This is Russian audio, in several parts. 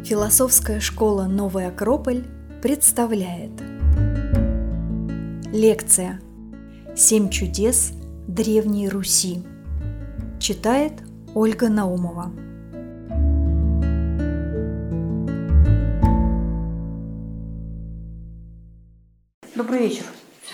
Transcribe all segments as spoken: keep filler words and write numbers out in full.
Философская школа «Новый Акрополь» представляет лекция «Семь чудес Древней Руси». Читает Ольга Наумова. Добрый вечер.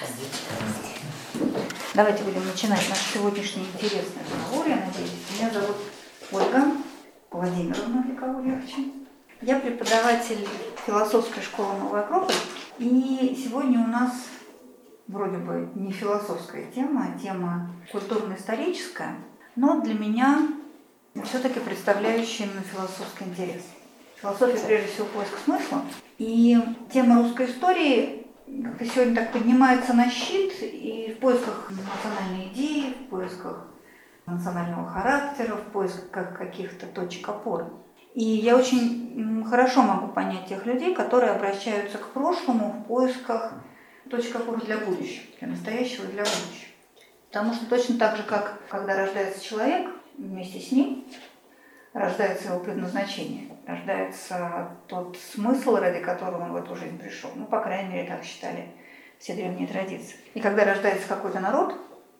Давайте будем начинать наш сегодняшний интересный разговор, я надеюсь. Меня зовут Ольга Владимировна, для кого легче. Я преподаватель философской школы «Новый Акрополь». И сегодня у нас вроде бы не философская тема, а тема культурно-историческая, но для меня все-таки представляющая именно философский интерес. Философия, прежде всего, поиск смысла. И тема русской истории как-то сегодня так поднимается на щит, и в поисках национальной идеи, в поисках национального характера, в поисках каких-то точек опоры. И я очень хорошо могу понять тех людей, которые обращаются к прошлому в поисках точек опоры для будущего, для настоящего и для будущего. Потому что точно так же, как когда рождается человек, вместе с ним рождается его предназначение, рождается тот смысл, ради которого он в эту жизнь пришел. Ну, по крайней мере, так считали все древние традиции. И когда рождается какой-то народ,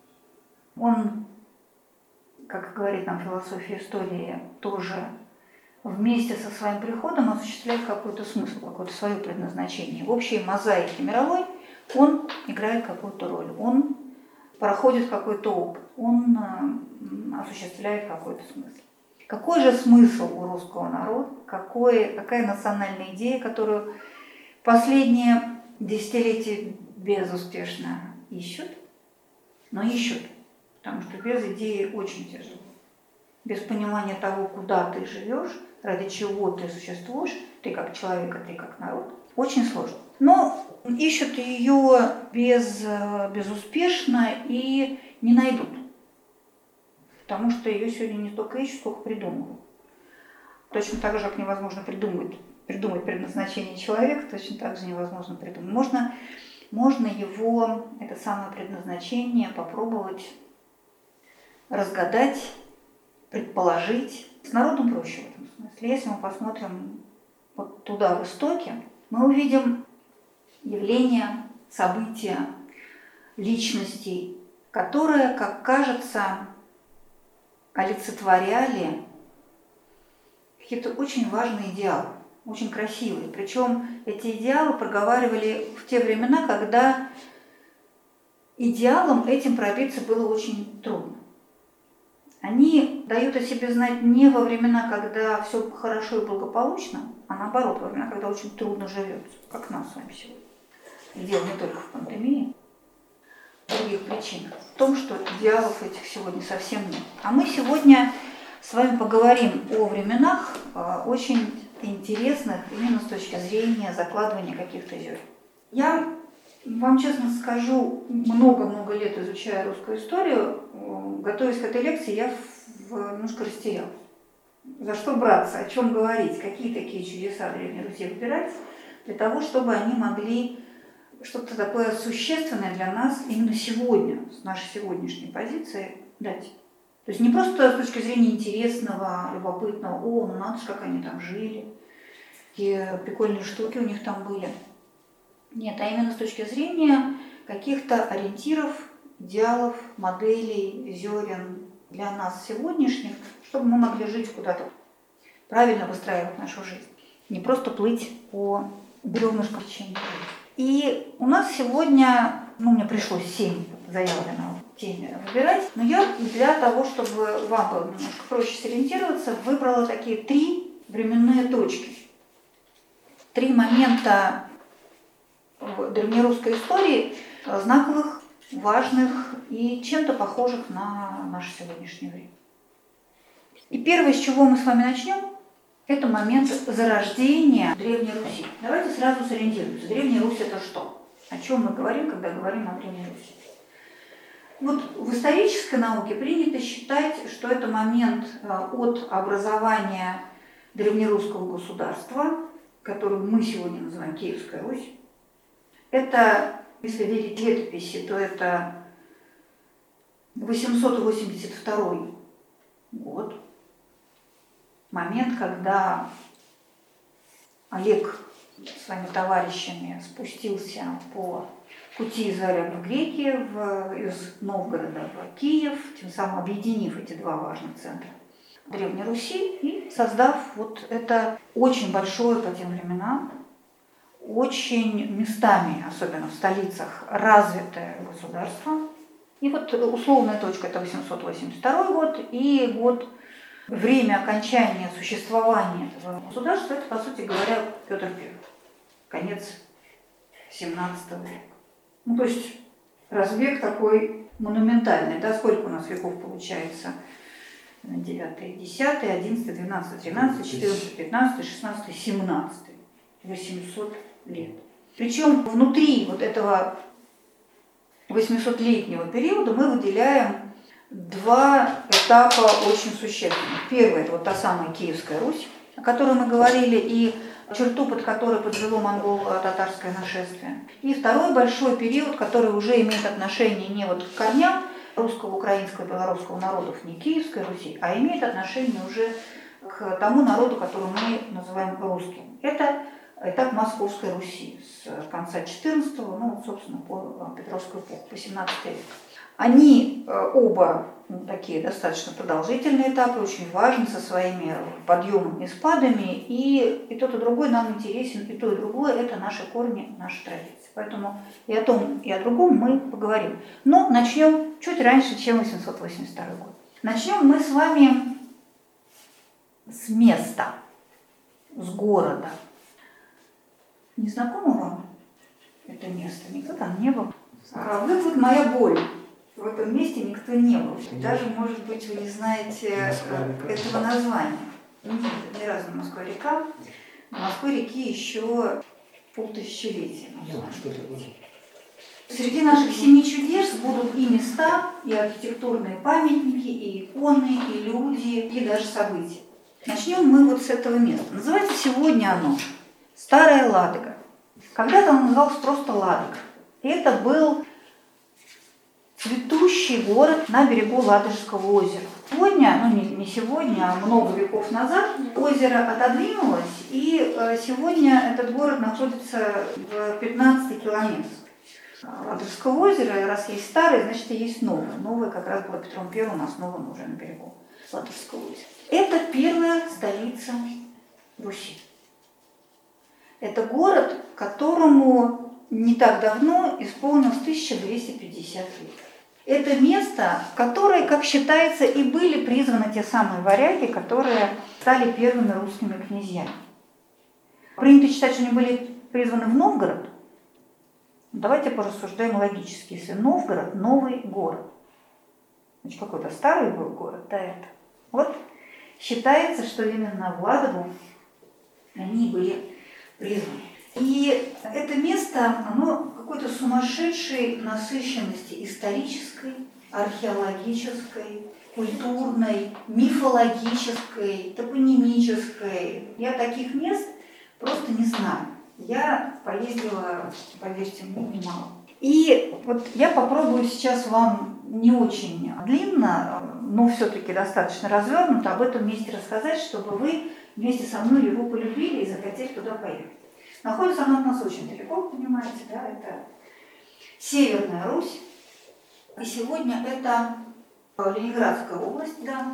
он, как говорит нам философия истории, тоже вместе со своим приходом осуществляет какой-то смысл, какое-то свое предназначение. В общей мозаике мировой он играет какую-то роль, он проходит какой-то опыт, он осуществляет какой-то смысл. Какой же смысл у русского народа, какой, какая национальная идея, которую последние десятилетия безуспешно ищут, но ищут, потому что без идеи очень тяжело. Без понимания того, куда ты живешь, ради чего ты существуешь, ты как человек, а ты как народ, очень сложно. Но ищут ее без, безуспешно и не найдут. Потому что ее сегодня не столько ищут, сколько придумывают. Точно так же, как невозможно придумать, придумать предназначение человека, точно так же невозможно придумать. Можно, можно его, это самое предназначение, попробовать разгадать, предположить. С народом проще в этом смысле. Если мы посмотрим вот туда, в истоки, мы увидим явления, события, личностей, которые, как кажется, олицетворяли какие-то очень важные идеалы, очень красивые. Причем эти идеалы проговаривали в те времена, когда идеалам этим пробиться было очень трудно. Они дают о себе знать не во времена, когда все хорошо и благополучно, а наоборот, во времена, когда очень трудно живется, как нам с вами сегодня. И дело не только в пандемии, в других причинах. В том, что идеалов этих сегодня совсем нет. А мы сегодня с вами поговорим о временах очень интересных именно с точки зрения закладывания каких-то зерен. Я вам честно скажу, много-много лет изучая русскую историю, готовясь к этой лекции, я немножко растерялась. За что браться, о чем говорить, какие такие чудеса Древней Руси выбирать, для того, чтобы они могли что-то такое существенное для нас именно сегодня, с нашей сегодняшней позиции, дать. То есть не просто с точки зрения интересного, любопытного, о, ну надо же, как они там жили, какие прикольные штуки у них там были. Нет, а именно с точки зрения каких-то ориентиров, идеалов, моделей, зерен для нас сегодняшних, чтобы мы могли жить куда-то, правильно выстраивать нашу жизнь. Не просто плыть по бревнышкам течения. И у нас сегодня, ну, мне пришлось семь заявленного теме выбирать, но я для того, чтобы вам было немножко проще сориентироваться, выбрала такие три временные точки. Три момента в древнерусской истории знаковых, важных и чем-то похожих на наше сегодняшнее время. И первое, с чего мы с вами начнем, это момент зарождения Древней Руси. Давайте сразу сориентируемся. Древняя Русь – это что? О чем мы говорим, когда говорим о Древней Руси? Вот в исторической науке принято считать, что это момент от образования древнерусского государства, которое мы сегодня называем Киевская Русь. Это, если верить летописи, то это восемьсот восемьдесят второй год. Момент, когда Олег своими товарищами спустился по пути из Варяг в Греки, в, из Новгорода в Киев, тем самым объединив эти два важных центра Древней Руси и создав вот это очень большое по тем временам, очень местами, особенно в столицах, развитое государство. И вот условная точка – это восемьсот восемьдесят второй год, и год, время окончания существования этого государства – это, по сути говоря, Петр Первый, конец семнадцатого века. Ну, то есть разбег такой монументальный, да, сколько у нас веков получается? девятый, десятый, одиннадцатый, двенадцатый, тринадцатый, четырнадцатый, пятнадцатый, шестнадцатый, семнадцатый. восемьсот лет. Причем внутри вот этого восьмисотлетнего периода мы выделяем два этапа очень существенных. Первый – это вот та самая Киевская Русь, о которой мы говорили, и черту, под которой подвело монголо-татарское нашествие. И второй большой период, который уже имеет отношение не вот к корням русского, украинского, белорусского народов, не Киевской Руси, а имеет отношение уже к тому народу, который мы называем русским. Это этап Московской Руси с конца четырнадцатого, ну, собственно, по Петровскую эпоху, по семнадцатый век. Они оба ну, такие достаточно продолжительные этапы, очень важны со своими подъемами и спадами, и, и тот, и другой нам интересен, и то, и другое – это наши корни, наши традиции. Поэтому и о том, и о другом мы поговорим. Но начнем чуть раньше, чем восемьсот восемьдесят второй год. Начнем мы с вами с места, с города. Не знакомо вам это место? Никто там не был. А вот вот моя боль. В этом месте никто не был. Даже, может быть, вы не знаете этого названия. Нет, это ни разу не Москва-река. На Москвы-реки еще полтысячелетия. Среди наших семи чудес будут и места, и архитектурные памятники, и иконы, и люди, и даже события. Начнем мы вот с этого места. Называется сегодня оно Старая Ладога. Когда-то он назывался просто Ладога. И это был цветущий город на берегу Ладожского озера. Сегодня, ну не, не сегодня, а много веков назад, озеро отодвинулось, и сегодня этот город находится в пятнадцати километрах Ладожского озера. Раз есть старый, значит и есть новое. Новое как раз было Петром Первым основано уже на берегу Ладожского озера. Это первая столица Руси. Это город, которому не так давно исполнилось тысяча двести пятьдесят лет. Это место, в которое, как считается, и были призваны те самые варяги, которые стали первыми русскими князьями. Принято считать, что они были призваны в Новгород. Давайте порассуждаем логически. Если Новгород – новый город, значит, какой-то старый был город, да, это. Вот считается, что именно в Ладогу они были призваны. И это место, оно какой-то сумасшедшей насыщенности исторической, археологической, культурной, мифологической, топонимической. Я таких мест просто не знаю. Я поездила, поверьте мне, немало. И вот я попробую сейчас вам не очень длинно, но все-таки достаточно развернуто об этом месте рассказать, чтобы вы вместе со мной его полюбили и захотели туда поехать. Находится она от нас очень далеко, понимаете, да, это Северная Русь, и сегодня это Ленинградская область, да.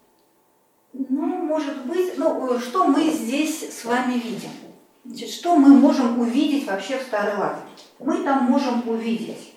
Ну, может быть, ну, что мы здесь с вами видим? Значит, что мы можем увидеть вообще в Старой Ладоге? Мы там можем увидеть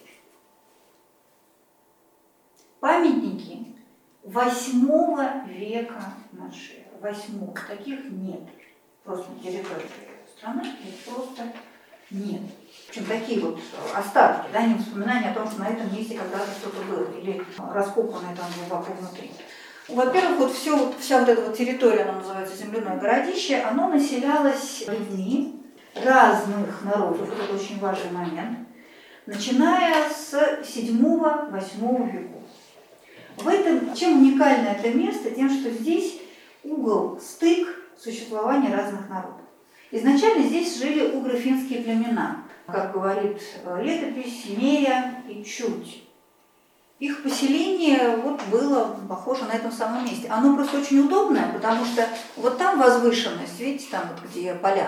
памятники восьмого века нашей эры. Восьмого. Таких нет. Просто на территории страны их просто нет. Причем такие вот остатки, да, не воспоминания о том, что на этом месте когда-то что-то было, или раскопанное там глубоко внутри. Во-первых, вот, все, вот вся вот эта вот территория, она называется земляное городище, оно населялось людьми разных народов, это очень важный момент, начиная с седьмого-восьмого веков. В этом, чем уникально это место? Тем, что здесь угол, стык существования разных народов. Изначально здесь жили угро-финские племена, как говорит летопись, Меря и Чуть. Их поселение вот было похоже на этом самом месте. Оно просто очень удобное, потому что вот там возвышенность, видите, там вот где поля,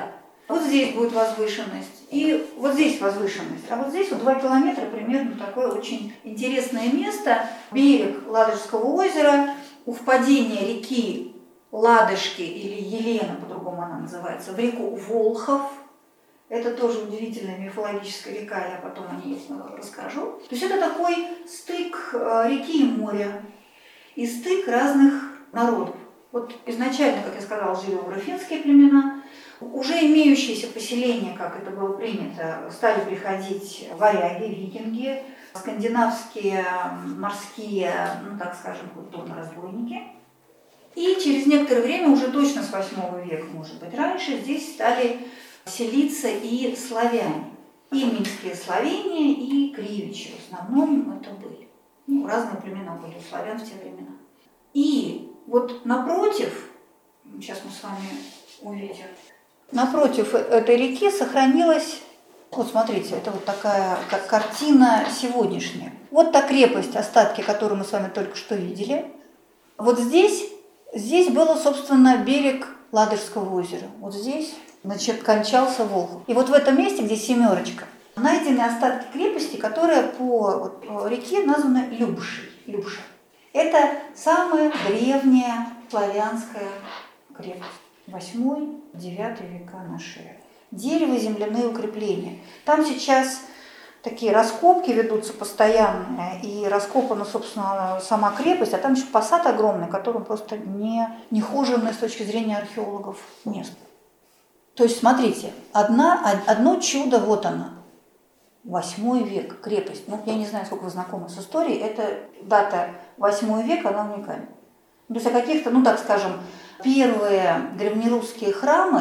Вот здесь будет возвышенность, и вот здесь возвышенность. А вот здесь вот два километра примерно такое очень интересное место. Берег Ладожского озера, у впадения реки Ладожки или Елена, по-другому она называется, в реку Волхов. Это тоже удивительная мифологическая река, я потом о ней расскажу. То есть это такой стык реки и моря, и стык разных народов. Вот изначально, как я сказала, жили урфинские племена. Уже имеющиеся поселения, как это было принято, стали приходить варяги, викинги, скандинавские морские, ну так скажем, культурно-разбойники. И через некоторое время, уже точно с восьмого века, может быть, раньше, здесь стали селиться и славяне. И минские словения, и кривичи в основном это были. Ну, разные племена были у славян в те времена. И вот напротив, сейчас мы с вами увидим, напротив этой реки сохранилась, вот смотрите, это вот такая как картина сегодняшняя. Вот та крепость, остатки, которую мы с вами только что видели. Вот здесь, здесь был, собственно, берег Ладожского озера. Вот здесь, значит, кончался Волхов. И вот в этом месте, где семерочка, найдены остатки крепости, которая по, вот, по реке названа Любшей. Любша. Это самая древняя славянская крепость. восьмой-девятый века нашей эры. Дерево, земляные укрепления. Там сейчас такие раскопки ведутся постоянные, и раскопана, собственно, сама крепость, а там еще посад огромный, который просто не, не хоженный с точки зрения археологов место. То есть, смотрите, одна, одно чудо, вот оно, восьмой век, крепость. Ну, я не знаю, сколько вы знакомы с историей, это дата восьмой век, она уникальна. То есть, о каких-то, ну, так скажем, первые древнерусские храмы,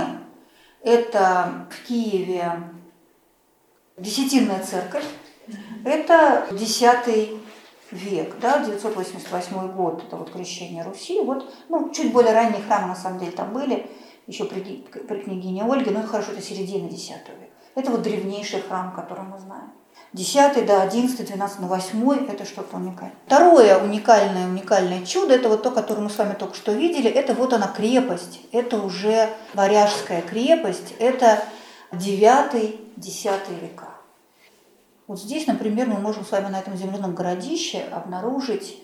это в Киеве Десятинная церковь, это десятый век, да, девятьсот восемьдесят восьмой год, это вот крещение Руси. Вот, ну, чуть более ранние храмы, на самом деле, там были, еще при, при княгине Ольге, но это хорошо, это середина десятого века. Это вот древнейший храм, который мы знаем. Десятый, да, одиннадцатый, двенадцатый, но восьмой – это что-то уникальное. Второе уникальное, уникальное чудо – это вот то, которое мы с вами только что видели, это вот она крепость, это уже Варяжская крепость, это девятый, десятый века. Вот здесь, например, мы можем с вами на этом земляном городище обнаружить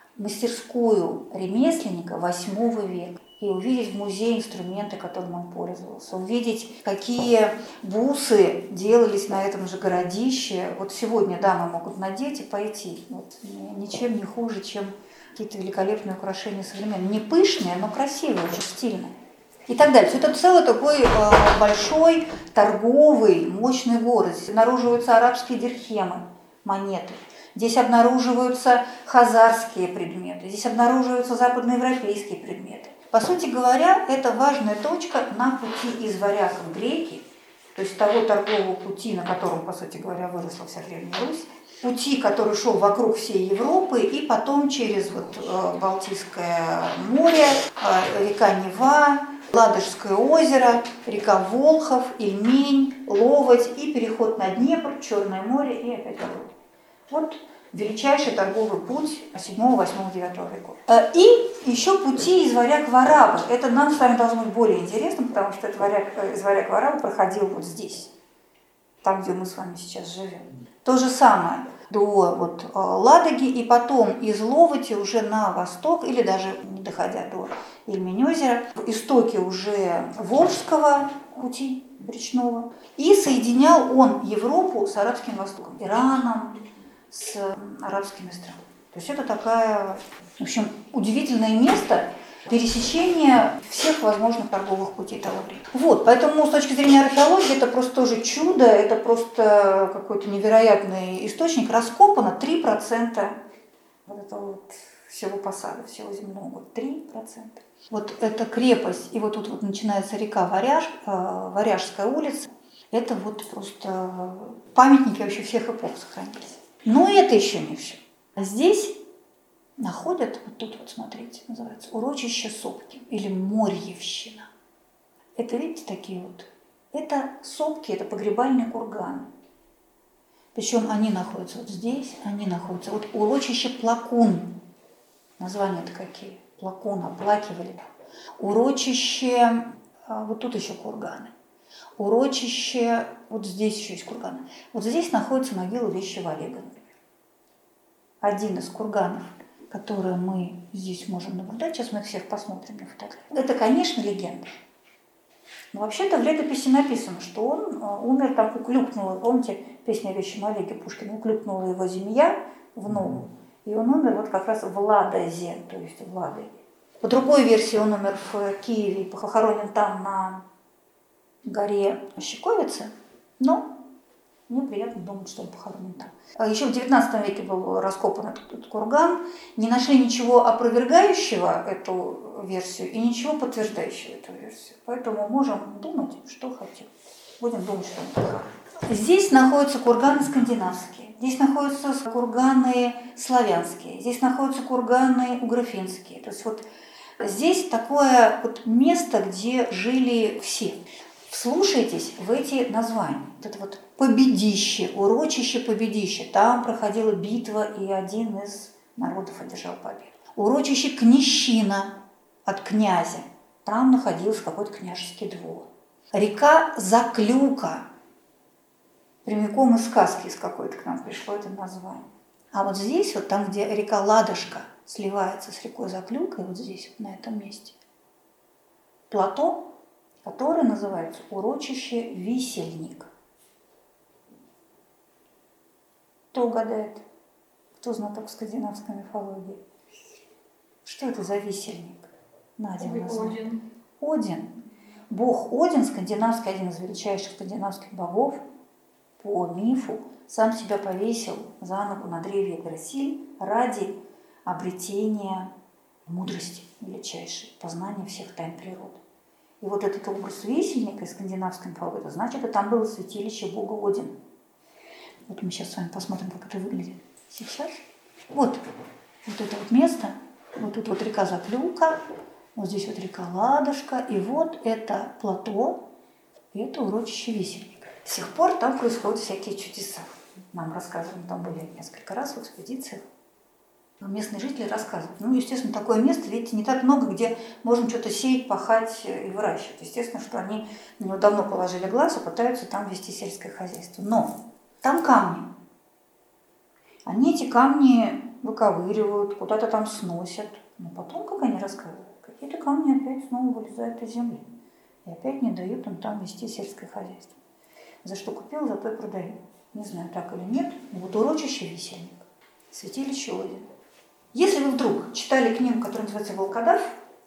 мастерскую ремесленника восьмого века и увидеть в музее инструменты, которыми он пользовался, увидеть, какие бусы делались на этом же городище. Вот сегодня дамы могут надеть и пойти. Вот, ничем не хуже, чем какие-то великолепные украшения современные. Не пышные, но красивые, очень стильные. И так далее. Это целый такой э, большой торговый мощный город. Здесь обнаруживаются арабские дирхемы, монеты. Здесь обнаруживаются хазарские предметы. Здесь обнаруживаются западноевропейские предметы. По сути говоря, это важная точка на пути из Варяг в Греки, то есть того торгового пути, на котором, по сути говоря, выросла вся Древняя Русь. Пути, который шел вокруг всей Европы и потом через вот, э, Балтийское море, э, река Нева, Ладожское озеро, река Волхов, Ильмень, Ловоть и переход на Днепр, Черное море и опять вокруг. Вот величайший торговый путь седьмого, восьмого, девятого веков. И еще пути из Варяг в Арабы. Это нам с вами должно быть более интересно, потому что этот варяг, из Варяг в Арабы проходил вот здесь, там, где мы с вами сейчас живем. То же самое до вот, Ладоги, и потом из Ловоти уже на восток, или даже не доходя до Ильмень-озера, в истоке уже Волжского пути речного. И соединял он Европу с Арабским Востоком, Ираном, с арабскими странами. То есть это такая, в общем, удивительное место пересечения всех возможных торговых путей того времени. Вот, поэтому с точки зрения археологии это просто тоже чудо, это просто какой-то невероятный источник. Раскопано три процента вот этого вот всего посада, всего земного. Вот три процента. Вот эта крепость, и вот тут вот начинается река Варяж, Варяжская улица, это вот просто памятники вообще всех эпох сохранились. Но это еще не все. Здесь находят, вот тут вот смотрите, называется урочище Сопки или Морьевщина. Это, видите, такие вот, это сопки, это погребальные курганы. Причем они находятся вот здесь, они находятся, вот урочище Плакун, названия-то какие, Плакун, оплакивали. Урочище, вот тут еще курганы. урочище, вот здесь еще есть курганы. Вот здесь находится могила вещего Олега, например. Один из курганов, которые мы здесь можем наблюдать, сейчас мы их всех посмотрим на фотографии. Это, конечно, легенда. Но вообще-то в летописи написано, что он умер, там уклюкнула, помните, песня о вещем Олеге Пушкина, уклюкнула его змея в ногу, и он умер вот как раз в Ладозе, то есть в Ладоге. По другой версии он умер в Киеве и похоронен там на горе Щековицы, но мне приятно думать, что он похоронен там. Еще в девятнадцатом веке был раскопан этот, этот курган, не нашли ничего опровергающего эту версию и ничего подтверждающего эту версию. Поэтому можем думать, что хотим. Будем думать, что он похоронен. Здесь находятся курганы скандинавские, здесь находятся курганы славянские, здесь находятся курганы угрофинские. То есть вот здесь такое вот место, где жили все. Вслушайтесь в эти названия. Вот это вот Победище, урочище Победище. Там проходила битва, и один из народов одержал победу. Урочище Князчина от князя. Там находился какой-то княжеский двор. Река Заклюка. Прямиком из сказки из какой-то к нам пришло это название. А вот здесь, вот там, где река Ладожка сливается с рекой Заклюкой, вот здесь, вот на этом месте, плато, которое называется урочище Висельник. Кто угадает? Кто знаток скандинавской мифологии? Что это за висельник? Надя назвала. Один. Один. Бог Один, скандинавский, один из величайших скандинавских богов, по мифу, сам себя повесил за ногу на древе Грасиль ради обретения мудрости величайшей, познания всех тайн природы. И вот этот образ висельника из скандинавской мифологии, это значит, что там было святилище бога Одина. Вот мы сейчас с вами посмотрим, как это выглядит сейчас. Вот, вот это вот место, вот тут вот река Заклюка, вот здесь вот река Ладожка, и вот это плато, и это урочище Висельника. С тех пор там происходят всякие чудеса. Нам рассказывали, там были несколько раз в экспедициях. Местные жители рассказывают. Ну, естественно, такое место, видите, не так много, где можно что-то сеять, пахать и выращивать. Естественно, что они на него давно положили глаз и пытаются там вести сельское хозяйство. Но там камни. Они эти камни выковыривают, куда-то там сносят. Но потом, как они рассказывают, какие-то камни опять снова вылезают из земли. И опять не дают им там вести сельское хозяйство. За что купил, зато и продаю. Не знаю, так или нет. Вот урочище Висельник. Святилище Одина. Если вы вдруг читали книгу, которая называется «Волкодав»,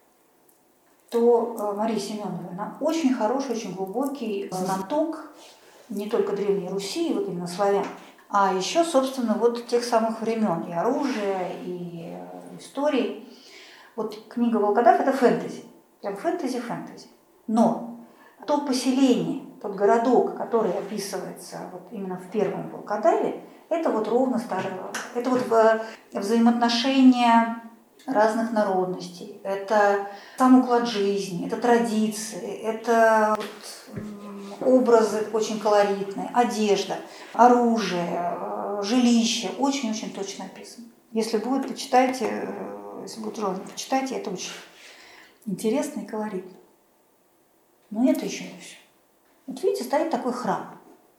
то Мария Семенова, она очень хороший, очень глубокий знаток не только Древней Руси, вот именно славян, а еще, собственно, вот тех самых времен, и оружия, и истории. Вот книга «Волкодав» – это фэнтези, прям фэнтези-фэнтези. Но то поселение, тот городок, который описывается вот именно в первом «Волкодаве», это вот ровно старый Волк. Это вот взаимоотношения разных народностей, это сам уклад жизни, это традиции, это вот образы очень колоритные, одежда, оружие, жилище. Очень-очень точно описано. Если будет, почитайте, если будет желание, почитайте, это очень интересно и колоритно. Но это еще не все. Вот видите, стоит такой храм.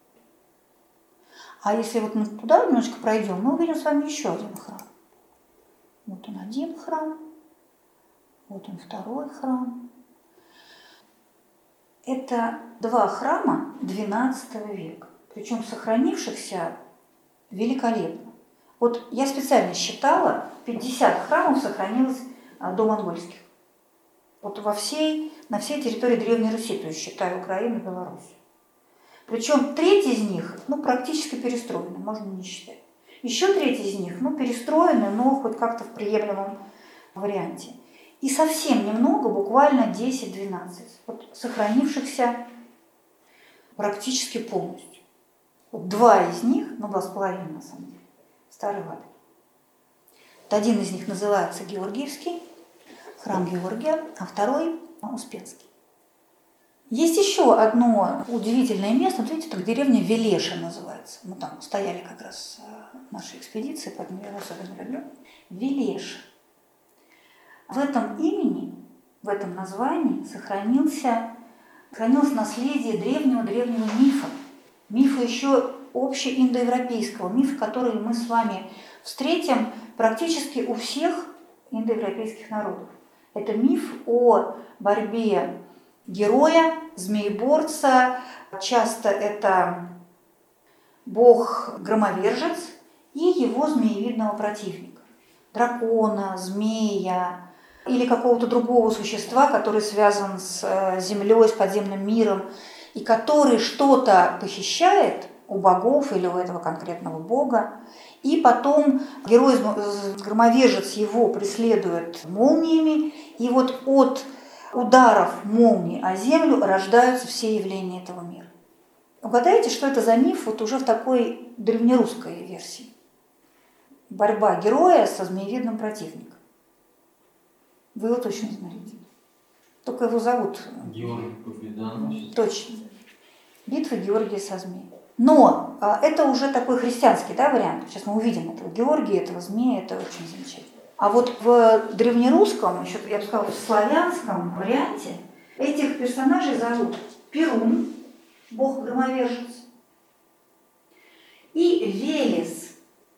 А если вот мы туда немножечко пройдем, мы увидим с вами еще один храм. Вот он один храм, вот он второй храм. Это два храма двенадцатого века, причем сохранившихся великолепно. Вот я специально считала, пятьдесят храмов сохранилось до монгольских. Вот во всей, на всей территории Древней Руси, то есть считаю Украину и Беларусь. Причем треть из них, ну, практически перестроены, можно не считать. Еще треть из них, ну, перестроены, но хоть как-то в приемлемом варианте. И совсем немного, буквально десять-двенадцать, вот, сохранившихся практически полностью. Вот два из них, ну, два с половиной на самом деле, старой Ладоги. Вот один из них называется Георгиевский, храм Георгия, а второй Успенский. Есть еще одно удивительное место, вот видите, так деревня Велеша называется. Мы там стояли как раз в нашей экспедиции, поэтому я его особенно люблю. Велеша. В этом имени, в этом названии сохранился хранилось наследие древнего-древнего мифа. Мифа еще общеиндоевропейского, миф, который мы с вами встретим практически у всех индоевропейских народов. Это миф о борьбе героя, змееборца, часто это бог-громовержец и его змеевидного противника. Дракона, змея или какого-то другого существа, который связан с землей, с подземным миром, и который что-то похищает у богов или у этого конкретного бога, и потом герой-громовержец его преследует молниями, и вот от ударов молний о землю рождаются все явления этого мира. Угадайте, что это за миф вот уже в такой древнерусской версии? Борьба героя со змеевидным противником. Вы его точно знаете. Только его зовут... Георгий Победоносец. Точно. Битва Георгия со змеем. Но а, это уже такой христианский, да, вариант. Сейчас мы увидим этого Георгия, этого змея, это очень замечательно. А вот в древнерусском, еще, я бы сказала, в славянском варианте этих персонажей зовут Перун, бог-громовержец, и Велес,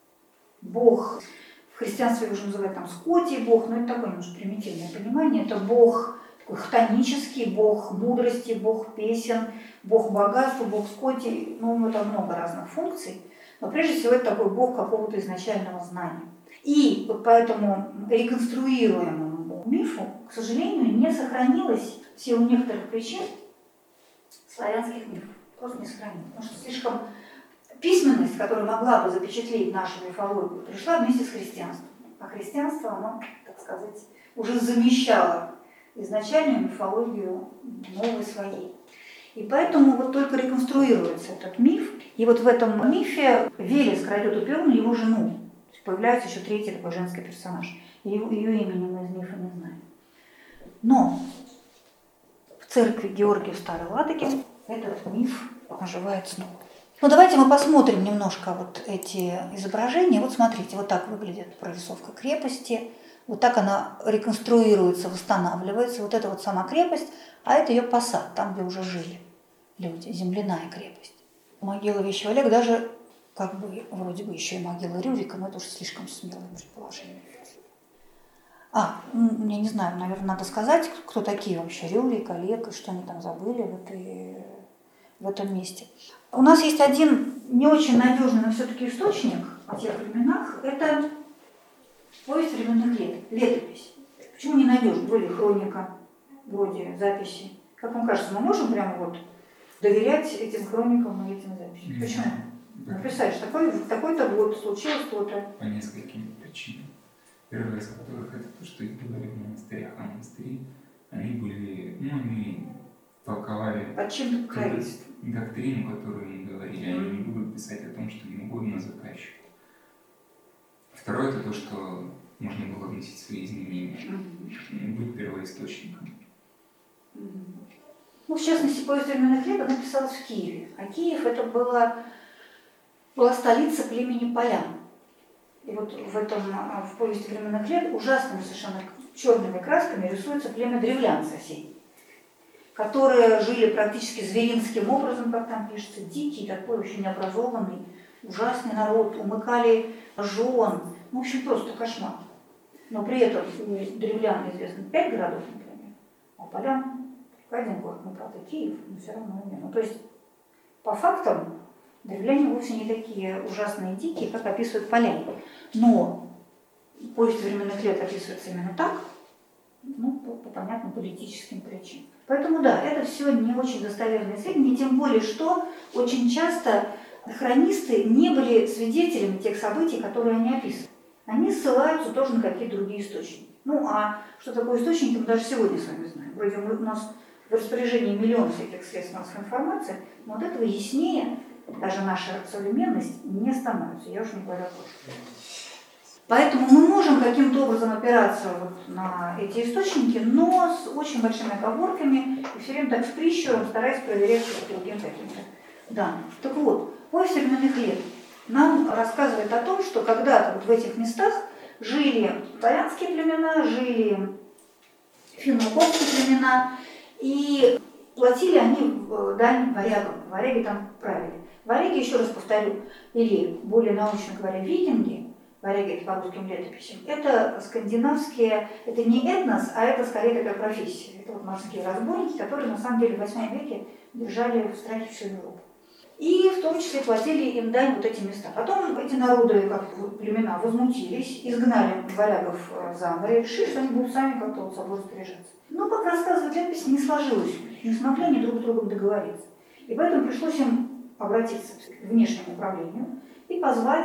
бог, в христианстве его уже называют там Скотий бог, но это такое немножко примитивное понимание, это бог такой хтонический, бог мудрости, бог песен, бог богатства, бог Скотий, ну у него там много разных функций, но прежде всего это такой бог какого-то изначального знания. И вот по этому реконструируемому мифу, к сожалению, не сохранилось в силу некоторых причин славянских мифов. Просто не сохранилось. Потому что слишком письменность, которая могла бы запечатлеть нашу мифологию, пришла вместе с христианством. А христианство, оно, так сказать, уже замещало изначальную мифологию новой своей. И поэтому вот только реконструируется этот миф. И вот в этом мифе Велес крадет у Перуна его жену. Появляется еще третий такой женский персонаж. Ее, ее имени мы из мифа не знаем. Но в церкви Георгия в Старой Ладоге этот миф оживает снова. Ну давайте мы посмотрим немножко вот эти изображения. Вот смотрите, вот так выглядит прорисовка крепости. Вот так она реконструируется, восстанавливается. Вот это вот сама крепость, а это ее посад, там, где уже жили люди, земляная крепость. Могила Вещего Олега даже... как бы вроде бы еще и могила Рюрика, но это уже слишком смелое предположение. А, ну, я не знаю, наверное, надо сказать, кто такие вообще Рюрик, Олег, и что они там забыли в, этой, в этом месте. У нас есть один не очень надежный, но все-таки источник о тех временах. Это повесть временных лет, летопись. Почему ненадежный? Вроде хроника, вроде записи. Как вам кажется, мы можем прямо вот доверять этим хроникам и этим записям? Нет. Почему? Да. Ну, представляешь, такой, такой-то год случилось то-то. По нескольким причинам. Первая из которых это то, что их говорили в монастырях, а монастыри, они были, ну, они толковали Под чем покровительство? доктрину, которую им говорили, они не будут писать о том, что не угодно заказчику. Второе это то, что можно было вносить свои изменения, mm-hmm. быть первоисточником. Mm-hmm. Ну, в частности, повесть временных лет она писалась в Киеве, а Киев это было... была столица племени полян. И вот в этом, в повести временных лет ужасными совершенно черными красками рисуется племя древлян соседей, которые жили практически зверинским образом, как там пишется, дикий, такой очень необразованный, ужасный народ, умыкали жен, ну, в общем, просто кошмар. Но при этом у древлян известно пять городов, например, а у полян один город, ну, правда, Киев, но все равно не. Ну, то есть, по фактам, древляне вовсе не такие ужасные и дикие, как описывают поляне. Но повесть временных лет описывается именно так, ну, по, по понятным политическим причинам. Поэтому да, это все не очень достоверные сведения, тем более, что очень часто хронисты не были свидетелями тех событий, которые они описывают. Они ссылаются тоже на какие-то другие источники. Ну, а что такое источники, мы даже сегодня с вами знаем. Вроде мы, у нас в распоряжении миллион всяких средств массовой информации, но от этого яснее даже наша современность не становится. Я уже не говорю о прошлом. Поэтому мы можем каким-то образом опираться вот на эти источники, но с очень большими оговорками и все время так с прищуром стараясь проверять что-то другим каким-то данным. Так вот, повесть временных лет нам рассказывает о том, что когда-то вот в этих местах жили славянские племена, жили финно-угорские племена, и платили они дань варягам, варяги там правили. Варяги, еще раз повторю, или более научно говоря, викинги, варяги это по русским летописям, это скандинавские, это не этнос, а это скорее такая профессия. Это вот морские разбойники, которые на самом деле в восьмом веке держали в страхе всю Европу. И в том числе платили им дань вот эти места. Потом эти народы, как племена, возмутились, изгнали варягов за море, решили, что они будут сами как-то вот собой распоряжаться. Но, как рассказывает летопись, не сложилось, не смогли они друг с другом договориться. И поэтому пришлось им обратиться к внешнему управлению и позвать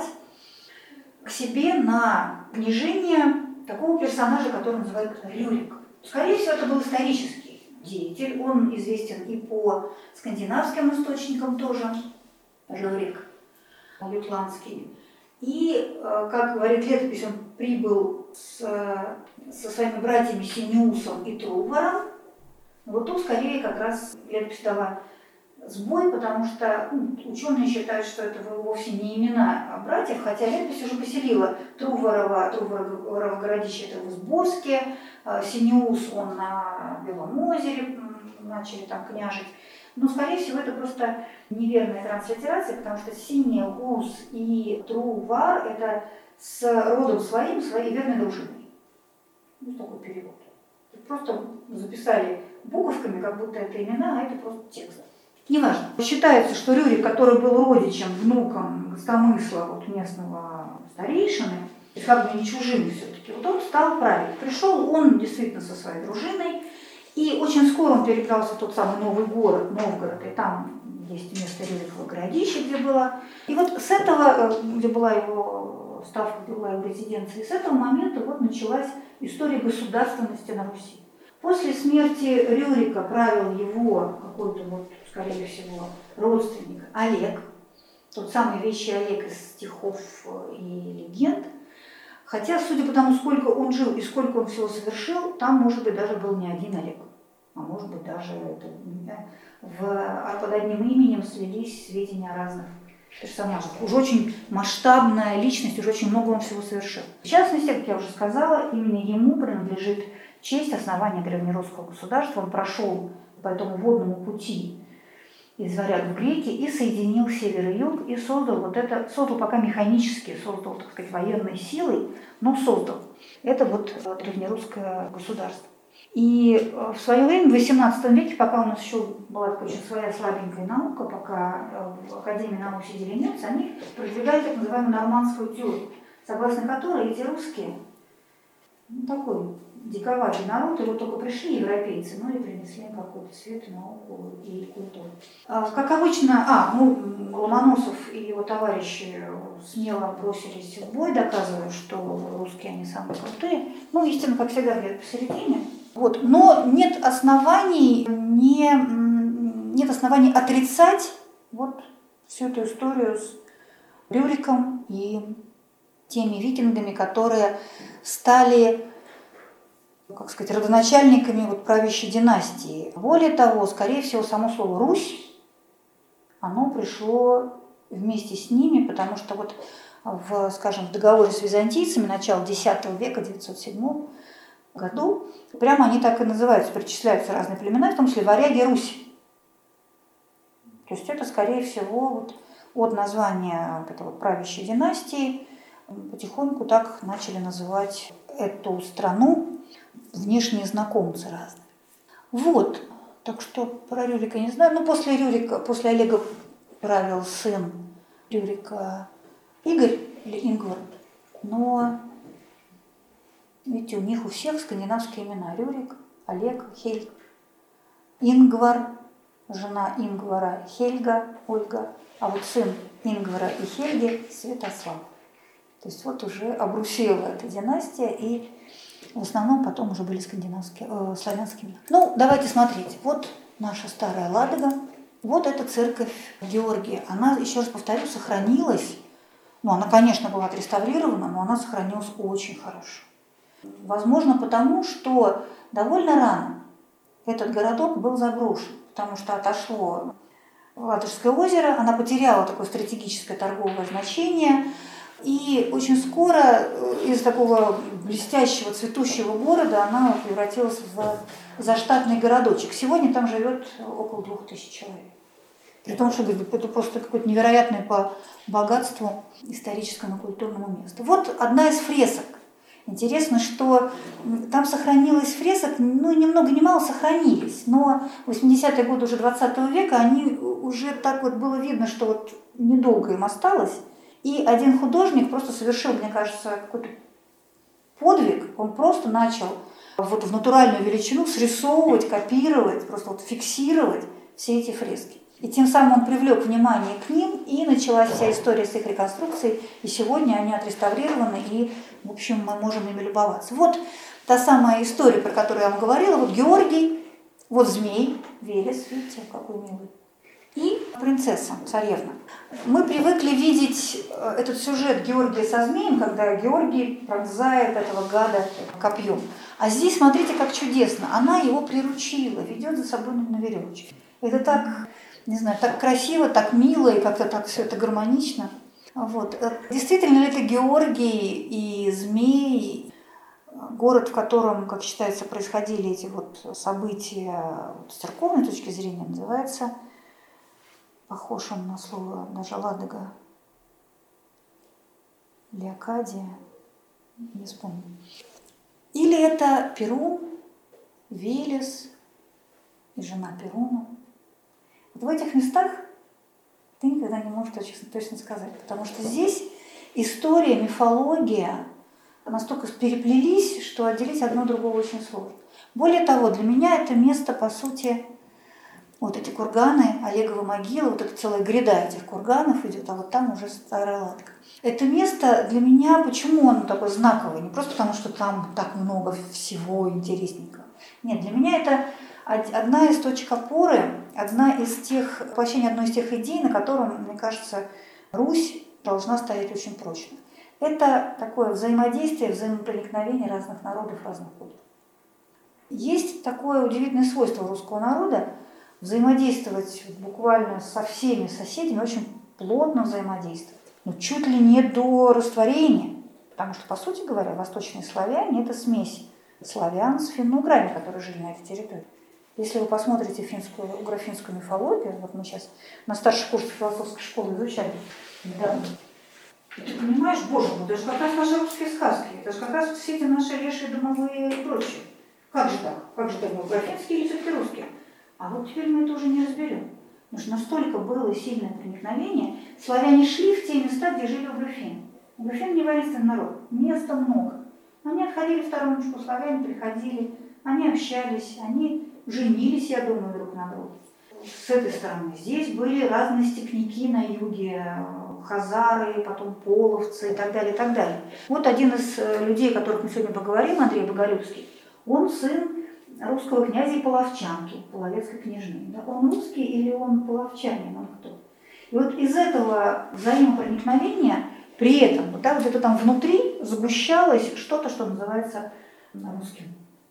к себе на княжение такого персонажа, который называют Рюрик. Скорее всего, это был исторический деятель. Он известен и по скандинавским источникам тоже, Рюрик ютландский. И, как говорит летопись, он прибыл с, со своими братьями Синеусом и Труваром. Вот тут скорее как раз летопись дала сбой, потому что ну, ученые считают, что это вовсе не имена братьев, хотя летопись уже поселила Труварова, Труварова городище это в Изборске, Синеус он на Белом озере, начали там княжить. Но, скорее всего, это просто неверная транслитерация, потому что Синеус и Трувар – это с родом своим, своей верной дружиной. Ну, такой перевод. Просто записали буковками, как будто это имена, а это просто текст. Неважно. Считается, что Рюрик, который был родичем, внуком Гостомысла, вот местного старейшины, и как бы не чужим все-таки, вот он стал править. Пришел он действительно со своей дружиной, и очень скоро он перебрался в тот самый новый город, Новгород, и там есть место Рюриково городище, где было. И вот с этого, где была его ставка, где была его резиденция, и с этого момента вот началась история государственности на Руси. После смерти Рюрика правил его какой-то, вот, скорее всего, родственник Олег, тот самый вещий Олег из стихов и легенд. Хотя, судя по тому, сколько он жил и сколько он всего совершил, там, может быть, даже был не один Олег, а может быть, даже это, в, под одним именем слились сведения о разных персонажах. Уже очень масштабная личность, уже очень много он всего совершил. В частности, как я уже сказала, именно ему принадлежит честь основания древнерусского государства. Он прошел по этому водному пути из варяг в греки и соединил север и юг, и создал вот это, создал пока механически, создал, так сказать, военной силой, но создал. Это вот древнерусское государство. И в свое время, в восемнадцатом веке, пока у нас еще была такая очень своя слабенькая наука, пока в Академии наук сидели немцы, они продвигали так называемую нормандскую теорию, согласно которой эти русские, ну, такой диковатый народ, и вот только пришли европейцы, ну и принесли какой-то свет, науку и культуру. А, как обычно, а, ну, Ломоносов и его товарищи смело бросились в бой, доказывая, что русские они самые крутые. Ну, истина, как всегда, где-то посередине. Вот. Но нет оснований, не, нет оснований отрицать вот всю эту историю с Рюриком и теми викингами, которые стали, как сказать, родоначальниками вот правящей династии. Более того, скорее всего, само слово «Русь», оно пришло вместе с ними, потому что вот в, скажем, в договоре с византийцами начала десятого века, девятьсот седьмом году, прямо они так и называются, перечисляются разные племена, в том числе варяги Руси. То есть это, скорее всего, вот от названия вот этой вот правящей династии потихоньку так начали называть эту страну внешние знакомцы разные. Вот, так что про Рюрика не знаю. Ну, после Рюрика, после Олега правил сын Рюрика Игорь или Ингвар, но видите, у них у всех скандинавские имена. Рюрик, Олег, Хельг, Ингвар, жена Ингвара Хельга, Ольга, а вот сын Ингвара и Хельги Святослав. То есть вот уже обрусела эта династия, и в основном потом уже были скандинавские, э, славянские имена. Ну, давайте смотреть. Вот наша старая Ладога, вот эта церковь Георгия. Она, еще раз повторю, сохранилась. Ну, она, конечно, была отреставрирована, но она сохранилась очень хорошо. Возможно, потому что довольно рано этот городок был заброшен, потому что отошло Ладожское озеро, она потеряла такое стратегическое торговое значение. И очень скоро из такого блестящего, цветущего города она превратилась в заштатный городочек. Сегодня там живет около двух тысяч человек. При том, что это просто какое-то невероятное по богатству историческому и культурному месту. Вот одна из фресок. Интересно, что там сохранилось фресок, ну, ни много ни мало сохранились, но в восьмидесятые годы уже двадцатого века они уже так вот было видно, что вот недолго им осталось. И один художник просто совершил, мне кажется, какой-то подвиг. Он просто начал вот в натуральную величину срисовывать, копировать, просто вот фиксировать все эти фрески. И тем самым он привлек внимание к ним, и началась вся история с их реконструкцией. И сегодня они отреставрированы, и, в общем, мы можем ими любоваться. Вот та самая история, про которую я вам говорила. Вот Георгий, вот змей, Велес, видите, какой милый. И принцесса, царевна. Мы привыкли видеть этот сюжет Георгия со змеем, когда Георгий пронзает этого гада копьем. А здесь, смотрите, как чудесно. Она его приручила, ведет за собой на веревочке. Это так, не знаю, так красиво, так мило и как-то так все это гармонично. Вот. Действительно ли это Георгий и змей, город, в котором, как считается, происходили эти вот события с церковной точки зрения, называется... Похож он на слово даже Ладога. Леокадия. Не вспомню. Или это Перун, Велес и жена Перуна. Вот в этих местах ты никогда не можешь точно, точно сказать. Потому что здесь история, мифология настолько переплелись, что отделить одно другого очень сложно. Более того, для меня это место, по сути... Вот эти курганы, Олеговы могилы, вот эта целая гряда этих курганов идет, а вот там уже Старая Ладога. Это место для меня, почему оно такое знаковое? Не просто потому, что там так много всего интересненького. Нет, для меня это одна из точек опоры, одна из тех, воплощение одной из тех идей, на котором, мне кажется, Русь должна стоять очень прочно. Это такое взаимодействие, взаимопроникновение разных народов, разных культур. Есть такое удивительное свойство русского народа, взаимодействовать буквально со всеми соседями, очень плотно взаимодействовать. Но чуть ли не до растворения. Потому что, по сути говоря, восточные славяне – это смесь славян с финно-уграми, которые жили на этой территории. Если вы посмотрите финскую, угро-финскую мифологию, вот мы сейчас на старших курсах философской школы изучали недавно, и ты понимаешь, боже мой, это же как раз наши русские сказки, это же как раз все эти наши лешие домовые и прочее. Как же так? Как же так? Угро-финские или все-таки русские? А вот теперь мы это уже не разберем. Потому что настолько было сильное проникновение, славяне шли в те места, где жили угрофины. Угрофины не воинственный народ, места много. Они отходили в стороночку, славяне приходили, они общались, они женились, я думаю, друг на друга. С этой стороны здесь были разные степняки на юге, хазары, потом половцы и так далее, и так далее. Вот один из людей, о которых мы сегодня поговорим, Андрей Боголюбский, он сын русского князя и половчанки, половецкой княжны. Да? Он русский или он половчанин, он кто? И вот из этого взаимопроникновения при этом, вот, да, вот это там внутри сгущалось что-то, что называется русским.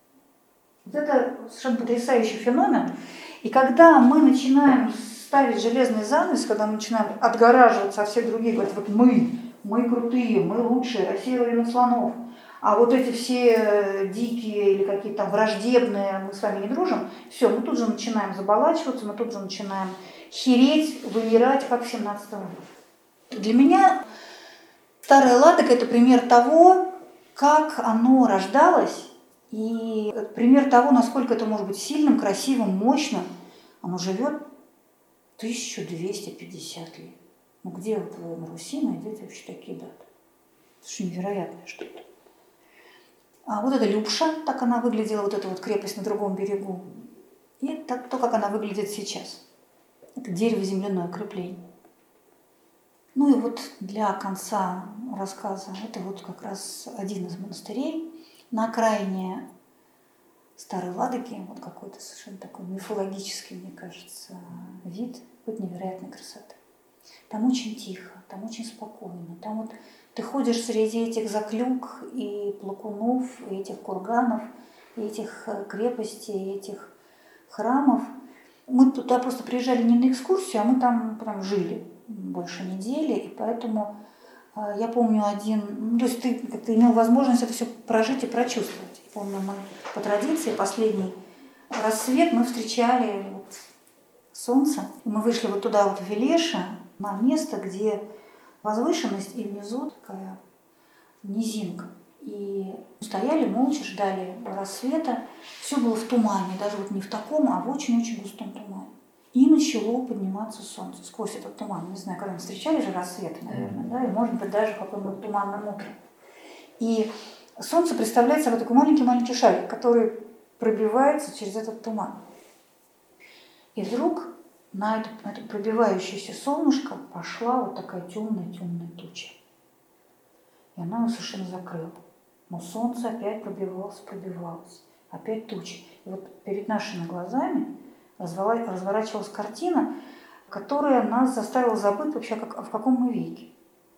Вот это совершенно потрясающий феномен. И когда мы начинаем ставить железный занавес, когда мы начинаем отгораживаться от всех других, говорить, вот мы, мы крутые, мы лучшие, Россия родина слонов, а вот эти все дикие или какие-то там враждебные, мы с вами не дружим, все, мы тут же начинаем заболачиваться, мы тут же начинаем хереть, вымирать, как в семнадцатом веке. Для меня Старая Ладога – это пример того, как оно рождалось, и пример того, насколько это может быть сильным, красивым, мощным. Оно живет тысячу двести пятьдесят лет. Ну где вот вы на Руси найдете вообще такие даты? Это же невероятное что-то. А вот это Любша, так она выглядела, вот эта вот крепость на другом берегу. И так, то, как она выглядит сейчас. Это дерево-земляное укрепление. Ну и вот для конца рассказа, это вот как раз один из монастырей на окраине Старой Ладоги. Вот какой-то совершенно такой мифологический, мне кажется, вид, вот невероятной красоты. Там очень тихо, там очень спокойно. Там вот ты ходишь среди этих заклюк и плакунов, и этих курганов, и этих крепостей, и этих храмов. Мы туда просто приезжали не на экскурсию, а мы там прям жили больше недели, и поэтому Я помню один, ну, то есть ты как-то имел возможность это все прожить и прочувствовать. Я помню, мы по традиции последний рассвет мы встречали вот солнце. И мы вышли вот туда, вот в Велеша, на место, где возвышенность и внизу такая низинка. И стояли молча, ждали рассвета. Все было в тумане, даже вот не в таком, а в очень-очень густом тумане. И начало подниматься солнце сквозь этот туман. Не знаю, когда мы встречали же рассвет, наверное, да, и, может быть, даже в каком-нибудь туманном утре. И солнце представляет собой такой маленький-маленький шарик, который пробивается через этот туман. И вдруг на это, на это пробивающееся солнышко пошла вот такая темная-темная туча. И она его совершенно закрыла. Но солнце опять пробивалось, пробивалось. Опять туча. И вот перед нашими глазами разворачивалась картина, которая нас заставила забыть вообще, как, в каком мы веке.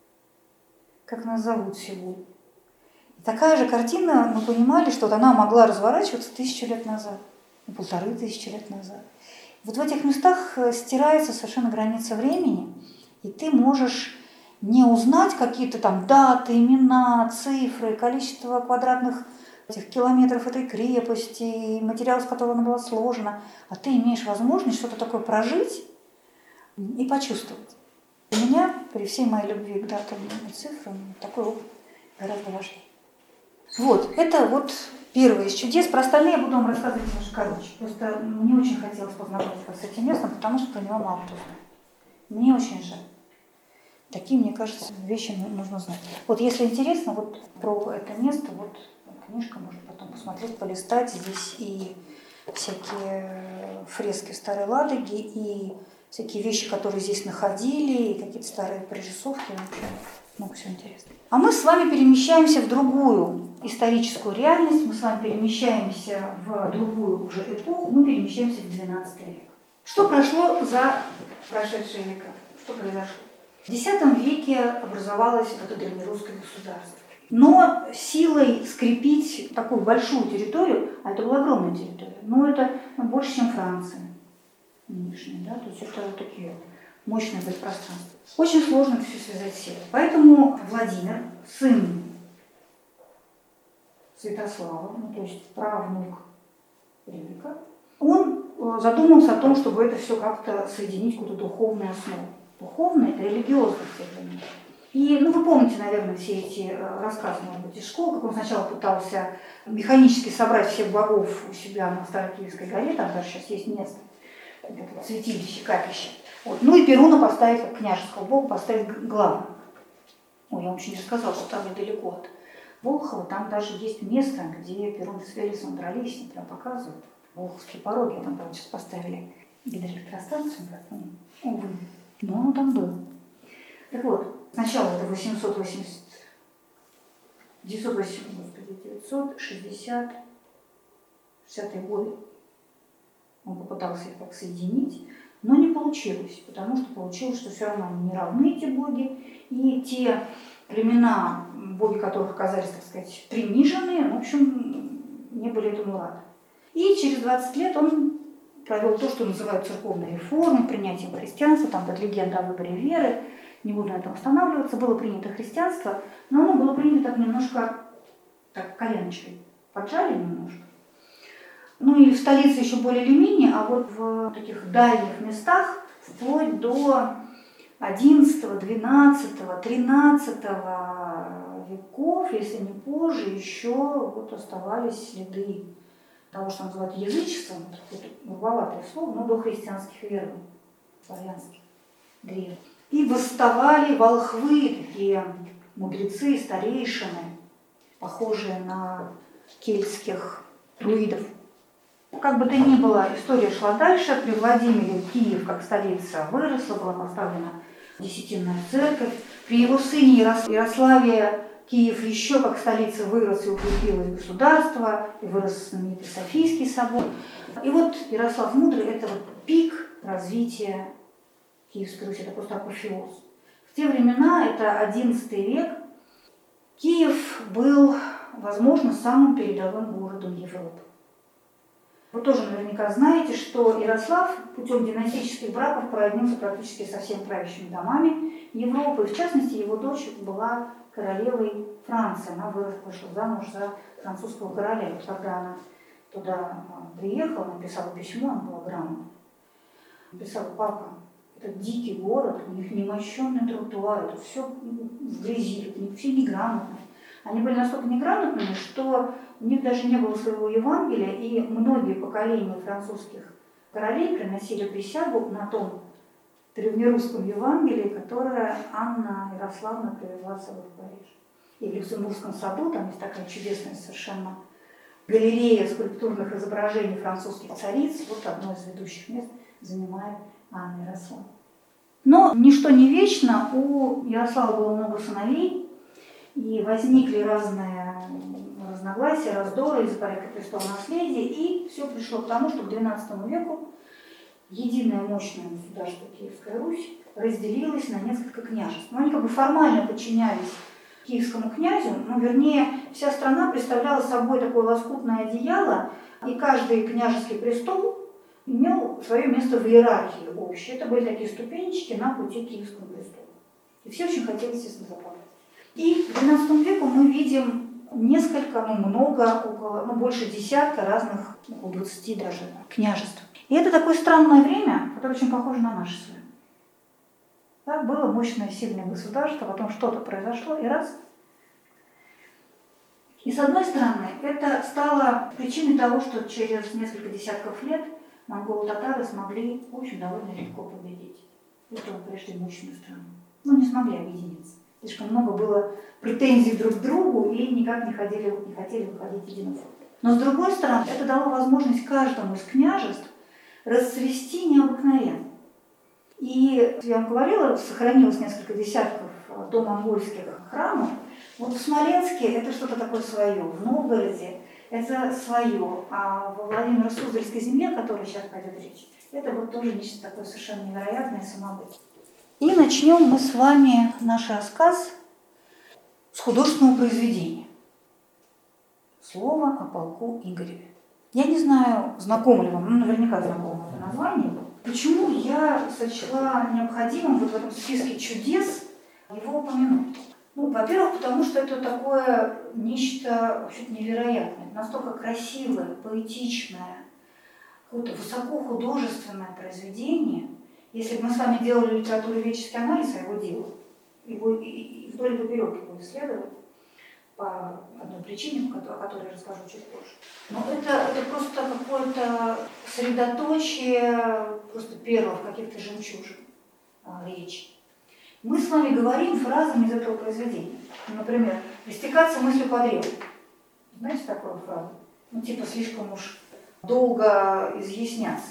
Как нас зовут сегодня. И такая же картина, мы понимали, что вот она могла разворачиваться тысячу лет назад, полторы тысячи лет назад. Вот в этих местах стирается совершенно граница времени, и ты можешь не узнать какие-то там даты, имена, цифры, количество квадратных этих километров этой крепости, материал, с которого она была сложена, а ты имеешь возможность что-то такое прожить и почувствовать. Для меня, при всей моей любви к датам и цифрам, такой опыт гораздо важнее. Вот, это вот первое из чудес. Про остальные я буду вам рассказывать немножко короче. Просто мне очень хотелось познакомиться с этим местом, потому что про него мало кто знает. Мне очень жаль. Такие, мне кажется, вещи нужно знать. Вот если интересно, вот про это место, вот книжка, можно потом посмотреть, полистать. Здесь и всякие фрески в Старой Ладоге, и всякие вещи, которые здесь находили, и какие-то старые прорисовки. Вообще много всего интересного. А мы с вами перемещаемся в другую историческую реальность, мы с вами перемещаемся в другую уже эпоху, мы перемещаемся в двенадцатый век. Что прошло за прошедшие века? Что произошло? В десятом веке образовалось вот это древнерусское государство. Но силой скрепить такую большую территорию, а это была огромная территория, но это больше, чем Франция нынешняя, да, то есть это вот такие мощные были пространства. Очень сложно это все связать с силой. Поэтому Владимир, сын Святослава, ну, то есть правнук Рюрика, он задумался о том, чтобы это все как-то соединить в какую-то духовную основу. Духовная – это религиозность. И, ну, вы помните, наверное, все эти рассказы, может быть, из школ, как он сначала пытался механически собрать всех богов у себя на Старокиевской горе, там даже сейчас есть место, это святилище, капище. Вот. Ну и Перуна поставить, как княжеского бога, поставить главным. Ой, я вам еще не рассказала, что там недалеко от Волхова, там даже есть место, где Перун с Велесом дрались, прям показывают. Волховские пороги, там, правда, сейчас поставили гидроэлектростанцию, увы, но он там был. Так вот, сначала это восемьсот восемьдесят, девятьсот шестьдесят, шестидесятые годы. Он попытался их так соединить, но не получилось, потому что получилось, что все равно они не равны, эти боги, и те племена, боги которых оказались, так сказать, приниженные, в общем, не были этому рады. И через двадцать лет он провел то, что называют церковной реформой, принятием христианства, там под легенда о выборе веры, не буду на этом останавливаться, было принято христианство, но оно было принято так немножко, так, коленочкой, поджали немножко. Ну и в столице еще более или менее, а вот в таких дальних местах вплоть до одиннадцатого, двенадцатого, тринадцатого веков, если не позже, еще вот оставались следы того, что называют язычеством, это грубоватое слово, но до христианских верований, славянских, древних. И восставали волхвы, такие мудрецы, старейшины, похожие на кельтских друидов. Как бы то ни было, история шла дальше. При Владимире Киев, как столица, выросла, была поставлена десятинная церковь. При его сыне Ярославе Киев еще как столица вырос и укрепилось государство, и вырос знаменитый Софийский собор. И вот Ярослав Мудрый – это вот пик развития Киевской Руси, это просто апофеоз. В те времена, это одиннадцатый век, Киев был, возможно, самым передовым городом Европы. Вы тоже наверняка знаете, что Ярослав путем династических браков породнился практически со всеми правящими домами Европы. В частности, его дочь была королевой Франции. Она вышла замуж за французского короля. И когда она туда приехала, написала письмо, она была грамотна. Написала: папа, это дикий город, у них немощенный тротуар, это все в грязи, это все неграмотные. Они были настолько неграмотными, что у них даже не было своего Евангелия, и многие поколения французских королей приносили присягу на том древнерусском Евангелии, которое Анна Ярославна привезла с собой в Париж. И в Люксембургском саду, там есть такая чудесная совершенно галерея скульптурных изображений французских цариц, вот одно из ведущих мест занимает Анна Ярославна. Но ничто не вечно, у Ярослава было много сыновей, и возникли разные разногласия, раздоры из-за порядка престола наследия, и все пришло к тому, что к двенадцатому веку единое мощное государство Киевская Русь разделилось на несколько княжеств. Но они как бы формально подчинялись киевскому князю, но вернее вся страна представляла собой такое лоскутное одеяло, и каждый княжеский престол имел свое место в иерархии общей. Это были такие ступенечки на пути к Киевскому престолу. И все очень хотели, естественно, заполнить. И к двенадцатому веку мы видим несколько, ну много, около, ну больше десятка разных, около двадцати даже княжеств. И это такое странное время, которое очень похоже на наше с вами. Да, было мощное, сильное государство, потом что-то произошло, и раз. И с одной стороны, это стало причиной того, что через несколько десятков лет монголо-татары смогли, в общем, довольно легко победить эту прежде мощную страну. Ну, не смогли объединиться. Слишком много было претензий друг к другу и никак не, ходили, не хотели выходить единым фронтом. Но с другой стороны, это дало возможность каждому из княжеств расцвести необыкновенно. И, я вам говорила, сохранилось несколько десятков домонгольских храмов. Вот в Смоленске это что-то такое свое, в Новгороде это свое, а во Владимиро-Суздальской земле, о которой сейчас пойдет речь, это вот тоже нечто такое совершенно невероятное, самобытие. И начнем мы с вами наш рассказ с художественного произведения. Слово о полку Игореве. Я не знаю, знакомо ли вам, ну наверняка знакомо это название. Почему я сочла необходимым вот в этом списке чудес его упомянуть? Ну, во-первых, потому что это такое нечто вообще-то невероятное, настолько красивое, поэтичное, какое-то высокохудожественное произведение. Если бы мы с вами делали литературоведческий анализ, а его делал, его и, и вдоль и поперек его исследовать, по одной причине, о которой я расскажу чуть позже. Но это, это просто какое-то средоточие просто первых каких-то жемчужин а, речи. Мы с вами говорим фразами из этого произведения. Например, растекаться мыслью по древу. Знаете такую фразу? Ну, типа слишком уж долго изъясняться.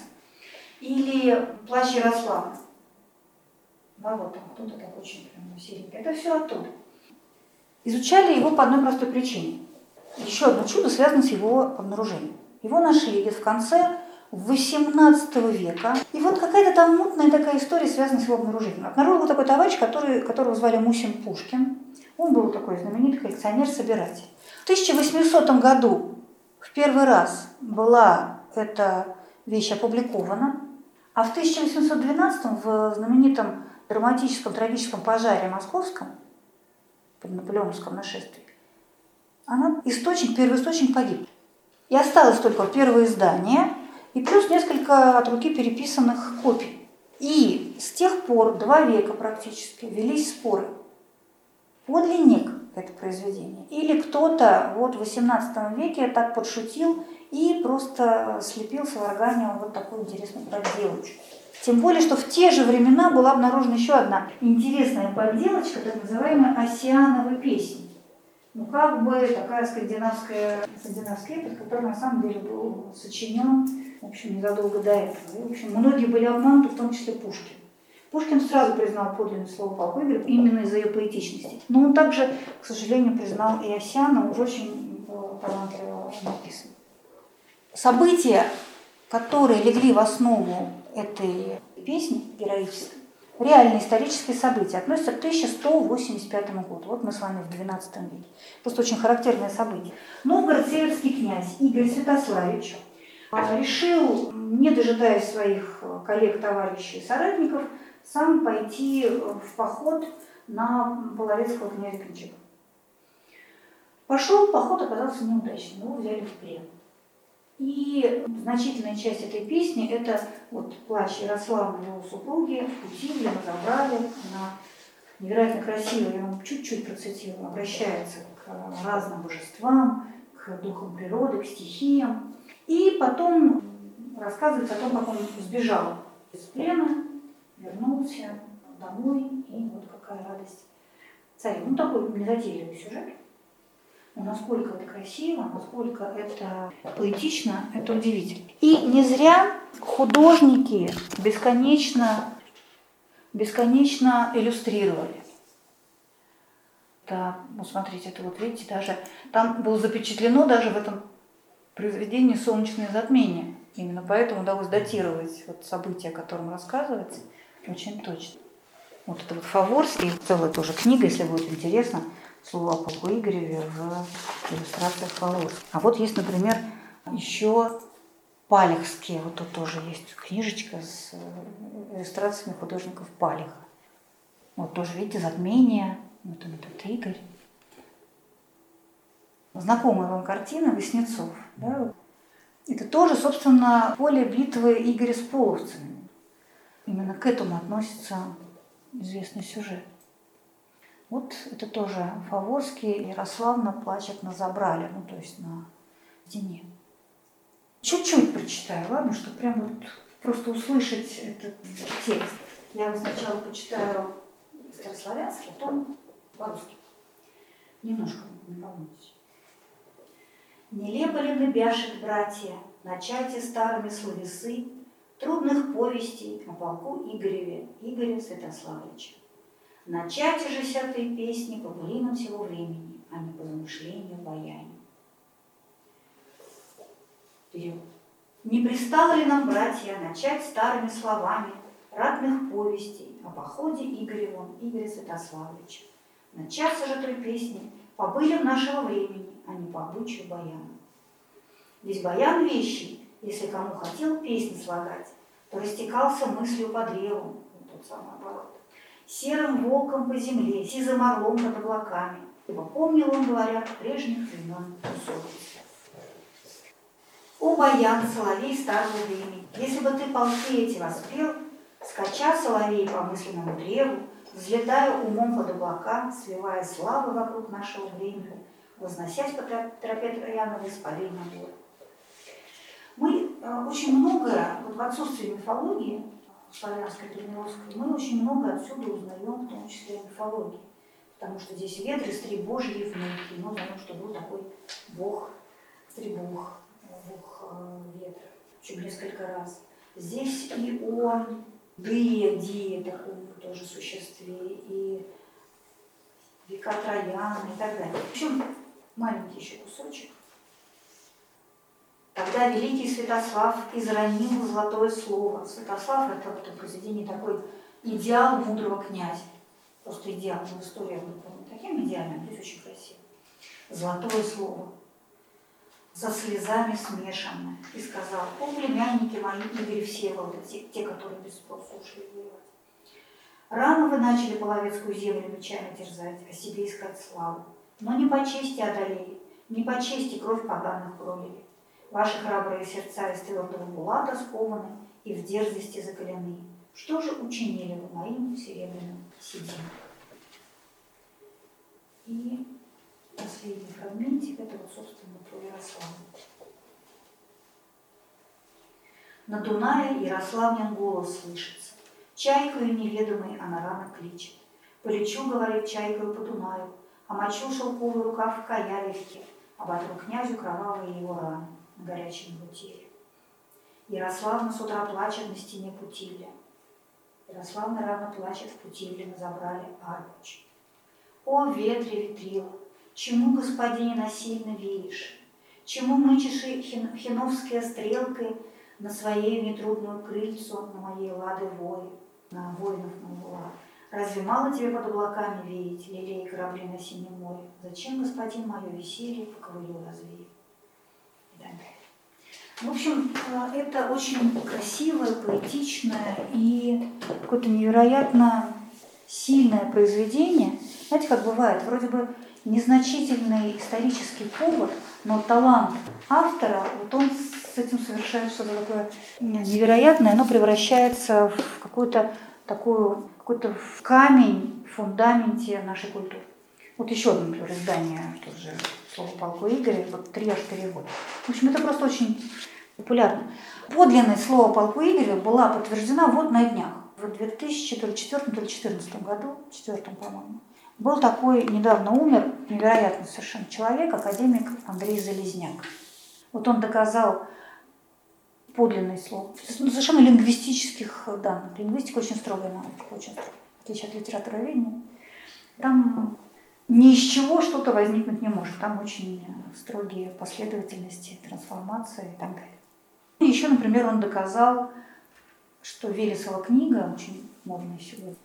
Или плач Ярослава. Да, вот там кто-то так очень прям сильненький. Это все оттуда. Изучали его по одной простой причине. Еще одно чудо связано с его обнаружением. Его нашли где-то в конце восемнадцатого века. И вот какая-то там мутная такая история связана с его обнаружением. Обнаружил его такой товарищ, который, которого звали Мусин Пушкин. Он был такой знаменитый коллекционер-собиратель. В тысяча восьмисотом году в первый раз была эта вещь опубликована, а в тысяча восемьсот двенадцатом в знаменитом драматическом трагическом пожаре московском, при наполеоновском нашествии, она, источник, первоисточник погиб. И осталось только первое издание и плюс несколько от руки переписанных копий. И с тех пор, два века практически, велись споры. Подлинник это произведение. Или кто-то вот в восемнадцатом веке так подшутил и просто слепил сварганием вот такую интересную подделочку. Тем более, что в те же времена была обнаружена еще одна интересная подделочка, так называемая «Осиановы песни». Ну, как бы такая скандинавская, скандинавский эпос, который на самом деле был сочинен, в общем, незадолго до этого. И, в общем, многие были обмануты, в том числе Пушкин. Пушкин сразу признал подлинное слово полку Игоря именно из-за ее поэтичности. Но он также, к сожалению, признал и Осиана, уже очень талантливо написано. События, которые легли в основу этой песни героической, реальные исторические события, относятся к тысяча сто восемьдесят пятому году. Вот мы с вами в двенадцатом веке. Просто очень характерное событие. Новгород-Северский князь Игорь Святославич решил, не дожидаясь своих коллег, товарищей и соратников, сам пойти в поход на половецкого князя Кличика. Пошел, поход оказался неудачным, его взяли в плен. И значительная часть этой песни – это вот плач Ярослава и его супруги в Путивле, на Забрале, на невероятно красиво, я вам чуть-чуть процитирую, обращается к разным божествам, к духам природы, к стихиям. И потом рассказывается о том, как он сбежал из плена, вернулся домой, и вот какая радость царю. Ну, такой незатейливый сюжет. Но насколько это красиво, насколько это поэтично, это удивительно. И не зря художники бесконечно, бесконечно иллюстрировали. Да, вот смотрите, это вот видите, даже там было запечатлено даже в этом произведении солнечное затмение. Именно поэтому удалось датировать вот события, о котором рассказывается, очень точно. Вот это вот Фаворский, целая тоже книга, если будет интересно, слово о полку Игореве в иллюстрациях Фаворского. А вот есть, например, еще Палехские. Вот тут тоже есть книжечка с иллюстрациями художников Палеха. Вот тоже, видите, затмение. Вот он, этот Игорь. Знакомая вам картина Васнецов. Да? Это тоже, собственно, поле битвы Игоря с половцами. Именно к этому относится известный сюжет. Вот это тоже Фаворский, Ярославна плачет на Забрале, ну то есть на стене. Чуть-чуть прочитаю, ладно, чтобы прям вот просто услышать этот текст. Я сначала почитаю старославянский, а потом по-русски. Немножко, не волнуйтесь. «Нелепо ли набяшет, братья, начайте старыми словесы трудных повестей о полку Игореве, Игоря Святославовича. Начайте же с этой песни по былинам всего времени, а не по замышлению баяния. Вперед. Не пристало ли нам, братья, начать старыми словами ратных повестей о походе Игоревом, Игоря Святославовича? Начаться же той песни по былинам нашего времени, а не по обычаю баяна. Ведь баян вещий, если кому хотел песни слагать, то растекался мыслью по древу, вот тот самый оборот, серым волком по земле, сизым орлом под облаками, ибо помнил он, говорят, прежних времен усобиц. О, баян, соловей старого времени, если бы ты полки эти воспел, скача соловей по мысленному древу, взлетая умом под облака, сливая славы вокруг нашего времени, возносясь по тропе Троянова из полей на горы. Мы э, очень много, вот в отсутствии мифологии, славянской, древнерусской, мы очень много отсюда узнаем, в том числе о мифологии. Потому что здесь ветры, стри божьи внуки. Мы знаем, что был такой бог, стрибух, бог э, ветра, еще несколько раз. Здесь и о Дые, Дие, таком тоже существе, и века Трояна и так далее. В общем, маленький еще кусочек. Когда великий Святослав изранил золотое слово. Святослав – это в этом произведении такой идеал мудрого князя. Просто идеал. В истории он был таким идеальным, здесь очень красиво. Золотое слово. За слезами смешанное. И сказал: о, племянники мои, Игорь Всеволода, те, те, которые без спроса ушли воевать. Рано вы начали половецкую землю мечами терзать, о себе искать славу. Но не по чести одолели, не по чести кровь поганых пролили. Ваши храбрые сердца из твердого булата скованы и в дерзости закалены. Что же учинили вы моим серебряным сединам? И последний фрагментик, это вот, собственно, про Ярославу. На Дунае Ярославнин голос слышится. Чайкою неведомой она рано кличет. Полечу, говорит, чайкою по Дунаю, а мочу шелковый рукав в каялевке, оботру князю кровавые его раны на горячем его теле. Ярославна с утра плачет на стене Путивля. Ярославна рано плачет в Путивле на Забрале Аркуч. О, ветре ветрила, чему, господине, насильно веешь? Чему мычишь хин, хиновские стрелкой на своей нетрудную крыльцу, на моей лады вои, на воинов моего лада? Разве мало тебе под облаками веять, лелея корабли на синем море? Зачем, господин, мое веселье по ковылю развеет? В общем, это очень красивое, поэтичное и какое-то невероятно сильное произведение. Знаете, как бывает, вроде бы незначительный исторический повод, но талант автора, вот он с этим совершает что-то такое невероятное, оно превращается в какую-то такую, какой-то камень в фундаменте нашей культуры. Вот еще одно, например, издание, тоже «Слово полку Игоря», вот три аж перевода. В общем, это просто очень популярно. Подлинное «Слово полку Игоря» была подтверждена вот на днях, в две тысячи четвёртом, две тысячи четырнадцатом году, четвертом, по-моему. Был такой, недавно умер, невероятный совершенно человек, академик Андрей Залезняк. Вот он доказал подлинное слово. Совершенно лингвистических данных. Лингвистика очень строгая наука, очень строгая, в отличие от литературоведения. Там ни из чего что-то возникнуть не может. Там очень строгие последовательности, трансформации и так далее. И еще, например, он доказал, что Велесова книга, очень модная сегодня,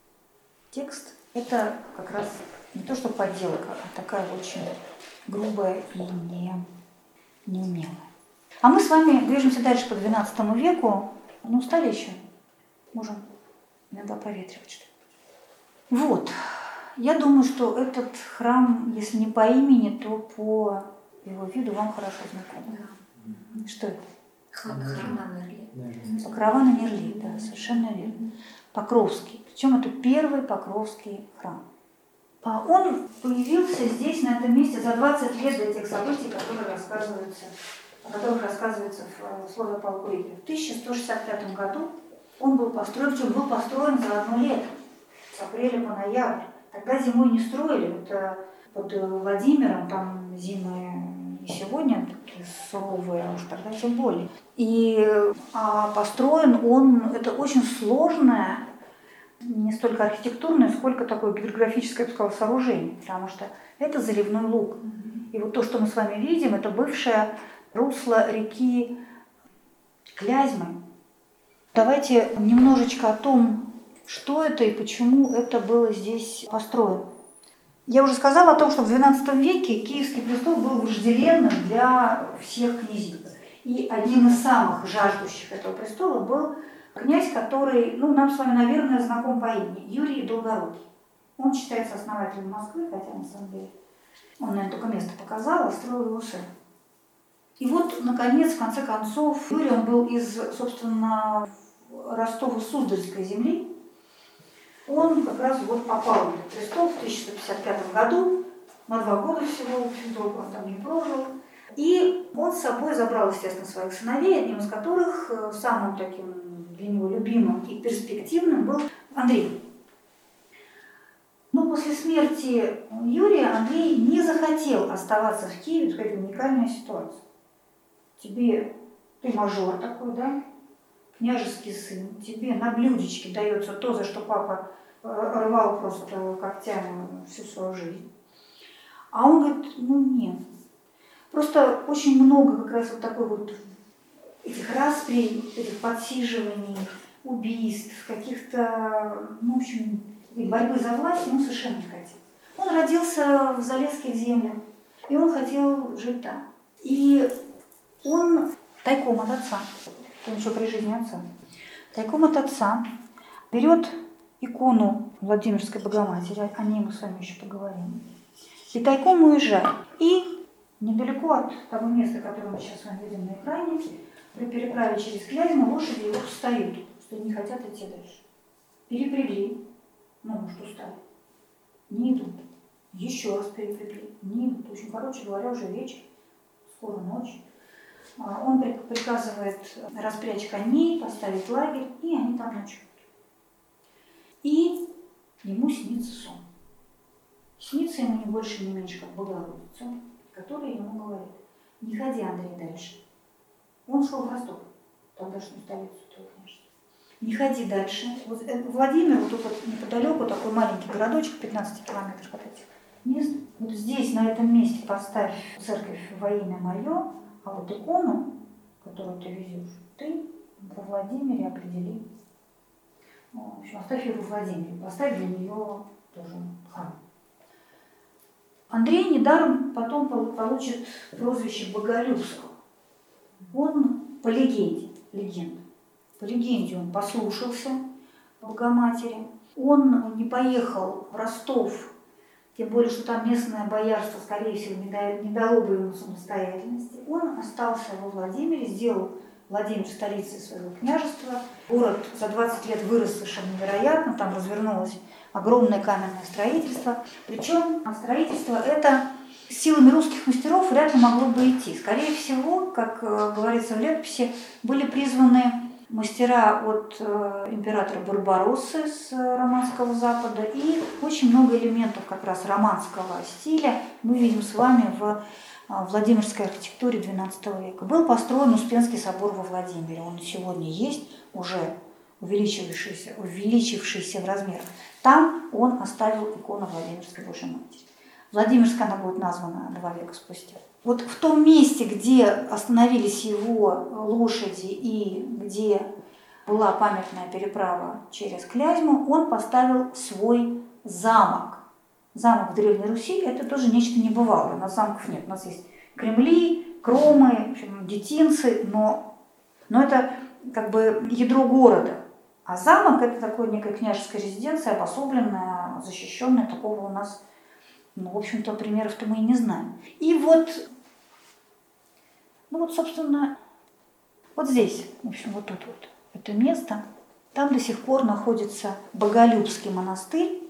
текст, это как раз не то, что подделка, а такая очень грубая и не, неумелая. А мы с вами движемся дальше по двенадцатому веку. Не устали еще? Можем иногда проветривать что-то. Вот. Я думаю, что этот храм, если не по имени, то по его виду вам хорошо знаком. Да. Что это? Храм на Нерли. Покрова на Нерли, да, совершенно верно. Покровский. Причем это первый Покровский храм. Он появился здесь, на этом месте, за двадцать лет до тех событий, которые рассказываются, о которых рассказывается в «Слове полку Игоря». В тысяча сто шестьдесят пятом году он был построен, причем был построен за одно лето, с апреля по ноябрь. Тогда зимой не строили, это под Владимиром, там зимы и сегодня такие суровые, а уж тогда тем более. И а построен он, это очень сложное, не столько архитектурное, сколько такое гидрографическое, я бы сказала, сооружение, потому что это заливной луг. И вот то, что мы с вами видим, это бывшее русло реки Клязьмы. Давайте немножечко о том, что это и почему это было здесь построено. Я уже сказала о том, что в двенадцатом веке Киевский престол был вожделенным для всех князей. И одним из самых жаждущих этого престола был князь, который, ну, нам с вами, наверное, знаком по имени, Юрий Долгорукий. Он считается основателем Москвы, хотя на самом деле он, наверное, только место показал, а строил его сын. И вот, наконец, в конце концов, Юрий, он был из, собственно, Ростово-Суздальской земли. Он как раз вот попал на престол в тысяча сто пятьдесят пятом году, на два года всего, очень долго он там не прожил. И он с собой забрал, естественно, своих сыновей, одним из которых самым таким для него любимым и перспективным был Андрей. Но после смерти Юрия Андрей не захотел оставаться в Киеве, это уникальная ситуация. Тебе, ты мажор такой, да, княжеский сын, тебе на блюдечке дается то, за что папа рвал просто когтями всю свою жизнь. А он говорит, ну нет. Просто очень много как раз вот такой вот этих расприй, этих подсиживаний, убийств, каких-то, ну, в общем, борьбы за власть ему совершенно не хотел. Он родился в Залесских землях, и он хотел жить там. И он тайком от отца, он еще при жизни отца, тайком от отца берет икону Владимирской Богоматери, о ней мы с вами еще поговорим, и тайком уезжает. И недалеко от того места, которое мы сейчас с вами видим на экране, при переправе через Клязьму лошади его встают, что не хотят идти дальше. Перепрягли, ну, может, устали, не идут. Еще раз перепрягли, не идут. В общем, короче говоря, уже вечер, скоро ночь. Он приказывает распрячь коней, поставить лагерь, и они там ночуют. И ему снится сон. Снится ему не больше, не меньше, как Богородица, которая ему говорит, не ходи, Андрей, дальше. Он шел в Ростов, тогдашнюю столицу этого княжества. Не ходи дальше. Вот Владимир, вот тут вот неподалеку, такой маленький городочек, пятнадцать километров от этих мест. Вот здесь, на этом месте, поставь церковь во имя мое, а вот икону, которую ты везешь, ты во Владимире определи. В общем, оставь ее во Владимире, поставь для нее тоже храм. Андрей недаром потом получит прозвище Боголюбского. Он по легенде, легенда, по легенде он послушался Богоматери, он не поехал в Ростов, тем более, что там местное боярство, скорее всего, не дало бы ему самостоятельности. Он остался во Владимире, сделал Владимир столицей своего княжества. Город за двадцать лет вырос совершенно невероятно, там развернулось огромное каменное строительство. Причем строительство это силами русских мастеров вряд ли могло бы идти. Скорее всего, как говорится в летописи, были призваны мастера от э, императора Барбароссы с э, романского запада, и очень много элементов как раз романского стиля мы видим с вами в э, Владимирской архитектуре двенадцатого века. Был построен Успенский собор во Владимире, он сегодня есть, уже увеличившийся, увеличившийся в размерах. Там он оставил икону Владимирской Божьей Матери. Владимирская она будет названа два века спустя. Вот в том месте, где остановились его лошади и где была памятная переправа через Клязьму, он поставил свой замок. Замок в Древней Руси – это тоже нечто небывалое. У нас замков нет. У нас есть Кремли, Кромы, в общем, детинцы, но, но это как бы ядро города. А замок – это такое некая княжеская резиденция, обособленная, защищенная. Такого у нас, ну, в общем-то, примеров-то мы и не знаем. И вот, ну вот, собственно, вот здесь, в общем, вот тут вот, это место, там до сих пор находится Боголюбский монастырь,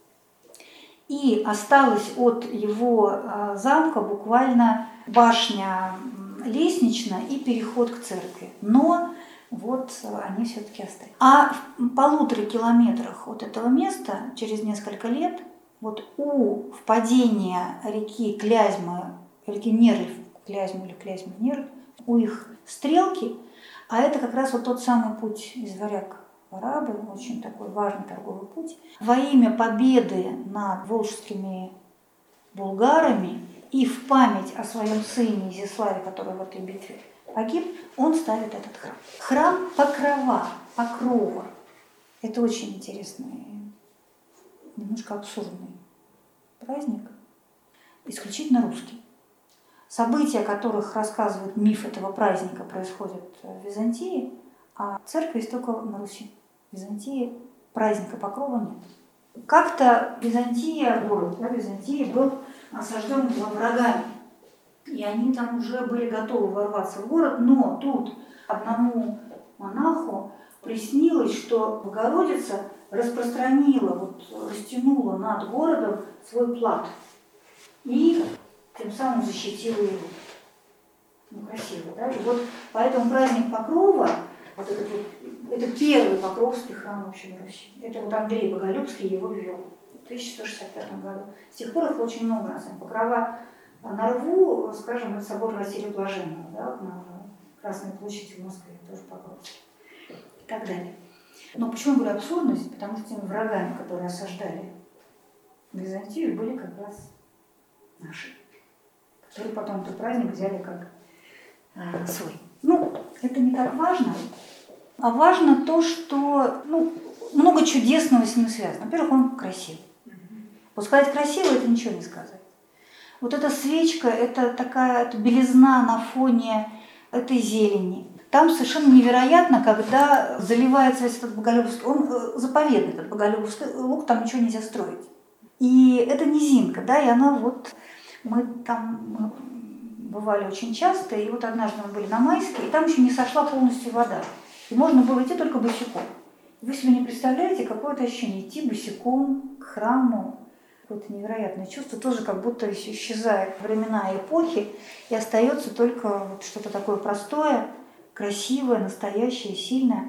и осталась от его замка буквально башня лестничная и переход к церкви. Но вот они все-таки остались. А в полутора километрах от этого места через несколько лет вот у впадения реки Клязьмы, реки Нерль, Клязьмы или Клязьмы-Нерль, у их стрелки, а это как раз вот тот самый путь из Варяг в Арабы, очень такой важный торговый путь, во имя победы над волжскими булгарами и в память о своем сыне Изяславе, который в этой битве погиб, он ставит этот храм. Храм Покрова, Покрова. Это очень интересный, немножко абсурдный праздник, исключительно русский. События, о которых рассказывает миф этого праздника, происходят в Византии, а церковь есть только на Руси. В Византии праздника Покрова нет. Как-то Византия, город да, Византии был осажден врагами, и они там уже были готовы ворваться в город, но тут одному монаху приснилось, что Богородица распространила, вот, растянула над городом свой плат и тем самым защитила его. Ну, красиво, да? И вот поэтому праздник Покрова, вот этот вот, это первый Покровский храм вообще в Руси. Это вот Андрей Боголюбский его ввел в тысяча сто шестьдесят пятом году. С тех пор их очень много на самом деле. Покрова на Рву, скажем, это собор Василия Блаженного, да, на Красной площади в Москве, тоже Покровский. И так далее. Но почему я говорю абсурдность? Потому что теми врагами, которые осаждали Византию, были как раз наши, которые потом этот праздник взяли как э, свой. Ну, это не так важно, а важно то, что ну, много чудесного с ним связано. Во-первых, он красивый. Вот сказать красиво, это ничего не сказать. Вот эта свечка, это такая это белизна на фоне этой зелени. Там совершенно невероятно, когда заливается весь этот Боголюбский, он э, заповедный, этот Боголюбский луг, там ничего нельзя строить. И это низинка, да, и она вот, мы там мы бывали очень часто, и вот однажды мы были на Майске, и там еще не сошла полностью вода. И можно было идти только босиком. Вы себе не представляете, какое-то ощущение идти босиком к храму, какое-то невероятное чувство, тоже как будто исчезает времена и эпохи, и остается только вот что-то такое простое, красивое, настоящее, сильное.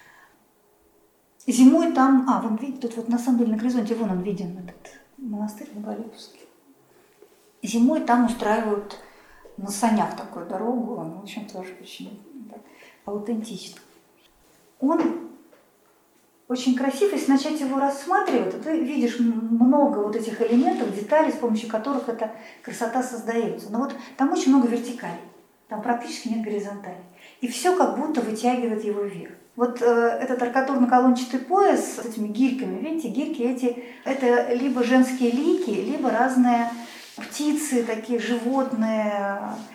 Зимой там, а, вы видите, тут вот на самом деле на горизонте, вон он виден, этот монастырь Боголюбский. Зимой там устраивают на санях такую дорогу, он, в общем, тоже очень так, аутентично. Он очень красив, если начать его рассматривать, то ты видишь много вот этих элементов, деталей, с помощью которых эта красота создается. Но вот там очень много вертикалей, там практически нет горизонталей. И все как будто вытягивает его вверх. Вот э, этот аркатурно-колончатый пояс с этими гирьками, видите, гирьки эти, это либо женские лики, либо разные птицы, такие животные,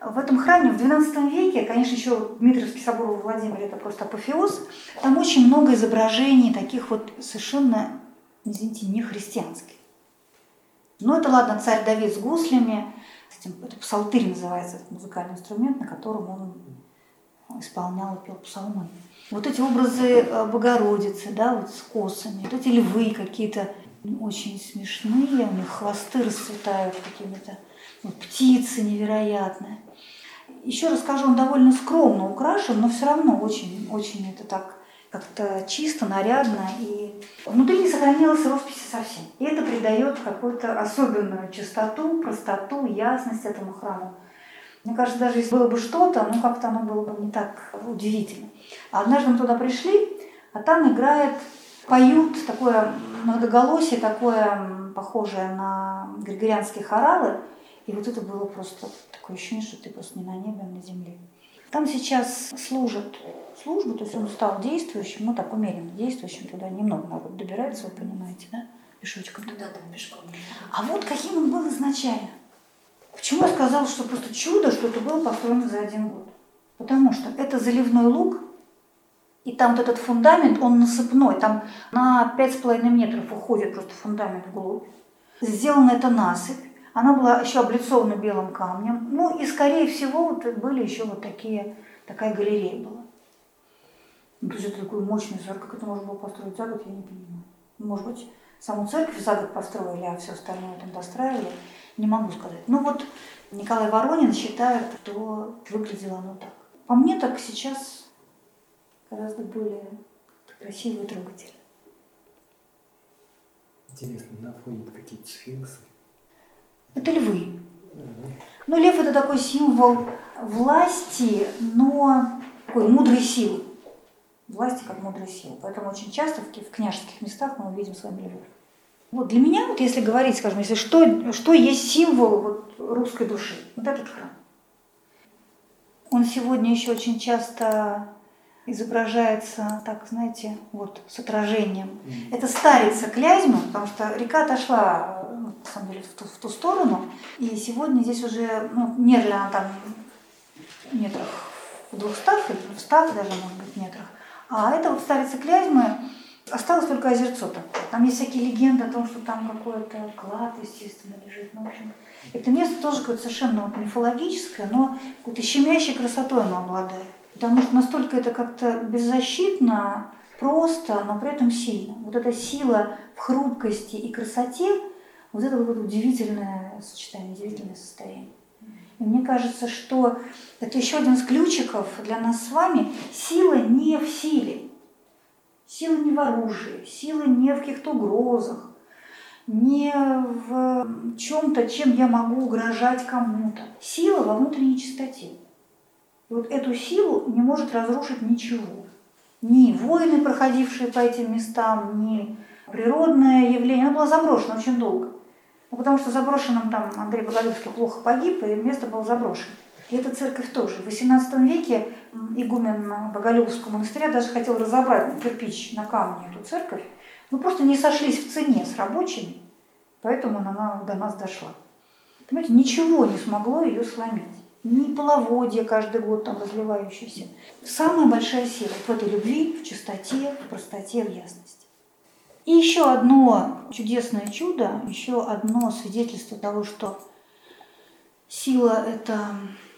В этом храме в двенадцатом веке, конечно, еще Дмитриевский собор во Владимире – это просто апофеоз, там очень много изображений таких вот совершенно, извините, не христианских. Ну, это ладно, царь Давид с гуслями, это псалтырь называется, этот музыкальный инструмент, на котором он исполнял и пел псалмы. Вот эти образы Богородицы, да, вот с косами, вот эти львы какие-то очень смешные, у них хвосты расцветают какими-то, вот, птицы невероятные. Еще расскажу, он довольно скромно украшен, но все равно очень, очень это так как-то чисто, нарядно, и внутри не сохранилась росписи совсем. И это придает какую-то особенную чистоту, простоту, ясность этому храму. Мне кажется, даже если было бы что-то, ну как-то оно было бы не так удивительно. А однажды мы туда пришли, а там играет, поют такое многоголосие, такое похожее на григорианские хоралы. И вот это было просто такое ощущение, что ты просто не на небе, а на земле. Там сейчас служат службу, то есть он стал действующим, ну так умеренно действующим, туда немного народ добирается, вы понимаете, да, пешочком. Да, там пешком. А вот каким он был изначально. Почему я сказала, что просто чудо, что это было построено за один год? Потому что это заливной луг, и там вот этот фундамент, он насыпной, там на пять с половиной метров уходит просто фундамент вглубь. Сделана это насыпь, она была еще облицована белым камнем, ну и скорее всего вот были еще вот такие, такая галерея была. Ну, то есть это такой мощный церковь, как это можно было построить за год, я не понимаю. Может быть, саму церковь за год построили, а все остальное там достраивали, не могу сказать. Ну вот Николай Воронин считает, что выглядело оно так. По мне так сейчас гораздо более красиво и трогательно. Интересно, на фоне какие-то сфинксы. Это львы. Ну, лев – это такой символ власти, но такой мудрой силы. Власти как мудрой силы. Поэтому очень часто в княжеских местах мы увидим с вами львов. Вот для меня, вот если говорить, скажем, если что, что есть символ вот русской души, вот этот храм. Он сегодня еще очень часто изображается, так, знаете, вот с отражением. Mm. Это старица Клязьма, потому что река отошла, ну, на самом деле, в ту, в ту сторону, и сегодня здесь уже, ну, мерли она там метрах в двухстах, или в стах даже, может быть, метрах. А это вот старица Клязьмы, осталось только озерцо там. Там есть всякие легенды о том, что там какой-то клад, естественно, лежит. Ну, в общем, это место тоже какое-то совершенно вот мифологическое, но какой-то щемящей красотой оно обладает. Потому что настолько это как-то беззащитно, просто, но при этом сильно. Вот эта сила в хрупкости и красоте, вот это вот удивительное сочетание, удивительное состояние. И мне кажется, что это еще один из ключиков для нас с вами. Сила не в силе. Сила не в оружии, сила не в каких-то угрозах, не в чем-то, чем я могу угрожать кому-то. Сила во внутренней чистоте. И вот эту силу не может разрушить ничего. Ни войны, проходившие по этим местам, ни природное явление. Оно было заброшено очень долго. Ну, потому что заброшенным там Андрей Боголюбский плохо погиб, и место было заброшено. И эта церковь тоже. В восемнадцатом веке игумен Боголюбского монастыря даже хотел разобрать кирпич на камне эту церковь. Мы просто не сошлись в цене с рабочими, поэтому она до нас дошла. Понимаете, ничего не смогло ее сломить. Ни половодье каждый год там разливающееся. Самая большая сила в этой любви, в чистоте, в простоте, в ясности. И еще одно чудесное чудо, еще одно свидетельство того, что сила – это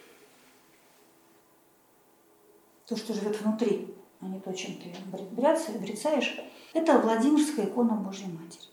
то, что живет внутри, а не то, чем ты брецаешь, это Владимирская икона Божьей Матери.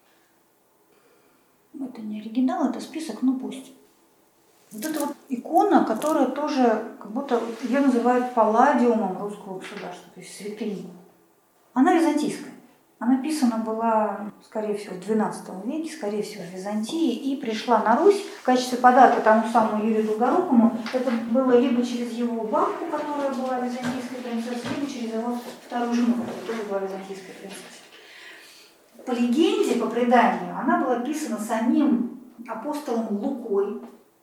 Это не оригинал, это список, ну пусть. Вот эта вот икона, которая тоже, как будто ее называют палладиумом русского государства, то есть святыней. Она византийская. Она написана была, скорее всего, в двенадцатом веке, скорее всего, в Византии, и пришла на Русь в качестве подарка тому самому Юрию Долгорукому. Это было либо через его бабку, которая была византийской принцессой, либо через его вторую жену, которая тоже была византийской принцессой. По легенде, по преданию, она была писана самим апостолом Лукой,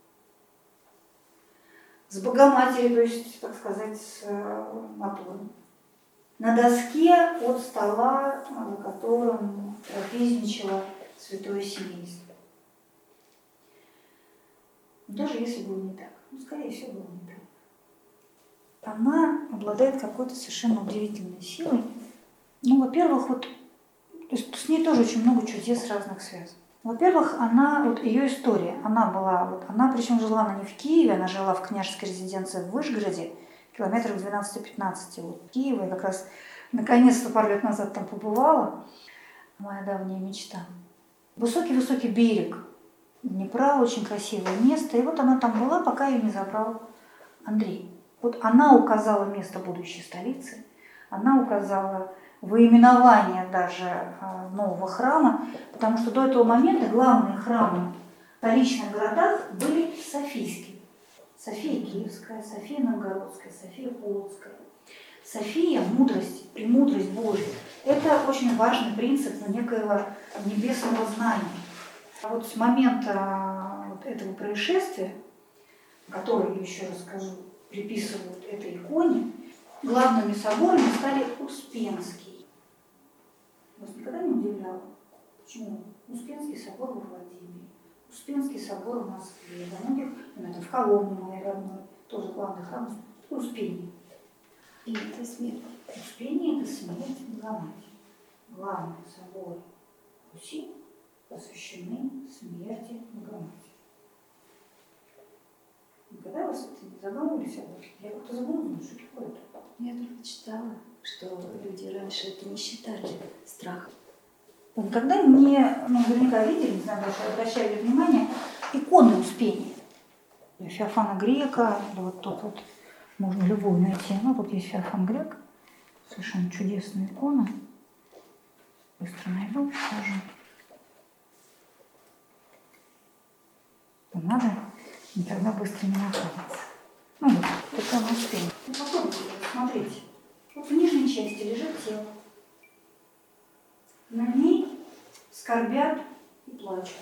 с Богоматерью, то есть, так сказать, с Матроной, на доске от стола, на котором трапезничало святое семейство. Даже если было не так. Ну, скорее всего, было не так. Она обладает какой-то совершенно удивительной силой. Ну, во-первых, вот, то есть с ней тоже очень много чудес разных связано. Во-первых, она, вот ее история, она была, вот, она причем жила она не в Киеве, она жила в княжеской резиденции в Вышгороде, километрах двенадцати-пятнадцати от Киева. Я как раз наконец-то пару лет назад там побывала. Моя давняя мечта. Высокий-высокий берег Днепра, очень красивое место. И вот она там была, пока ее не забрал Андрей. Вот она указала место будущей столицы, она указала выименование даже нового храма, потому что до этого момента главные храмы в столичных городах были софийские. София Киевская, София Новгородская, София Полоцкая. София – мудрость, премудрость Божья. Это очень важный принцип некоего небесного знания. А вот с момента вот этого происшествия, которое, еще раз скажу, приписывают этой иконе, главными соборами стали Успенский. Вас никогда не удивляло? Почему? Успенский собор во Владимире, Успенский собор в Москве, во многих, ну, в Коломне, моей родной, тоже главный храм Успения. И это смерть. Успение – это смерть Богоматери. Главные соборы Руси посвящены смерти Богоматери. Никогда вас это не задумывались об этом? Я как-то задумалась, что такое это? Я только читала, что люди раньше это не считали страхом. Вы никогда не, ну, наверняка видели, не знаю, даже обращали внимание, иконы Успения. Феофана Грека, или вот тут вот, можно любую найти. Ну, тут есть Феофан Грек, совершенно чудесная икона. Быстро найду, скажу. Не надо, никогда быстро не находится. Ну вот, икона Успения. Ну, попробуйте, смотрите. Вот в нижней части лежит тело. На ней скорбят и плачут.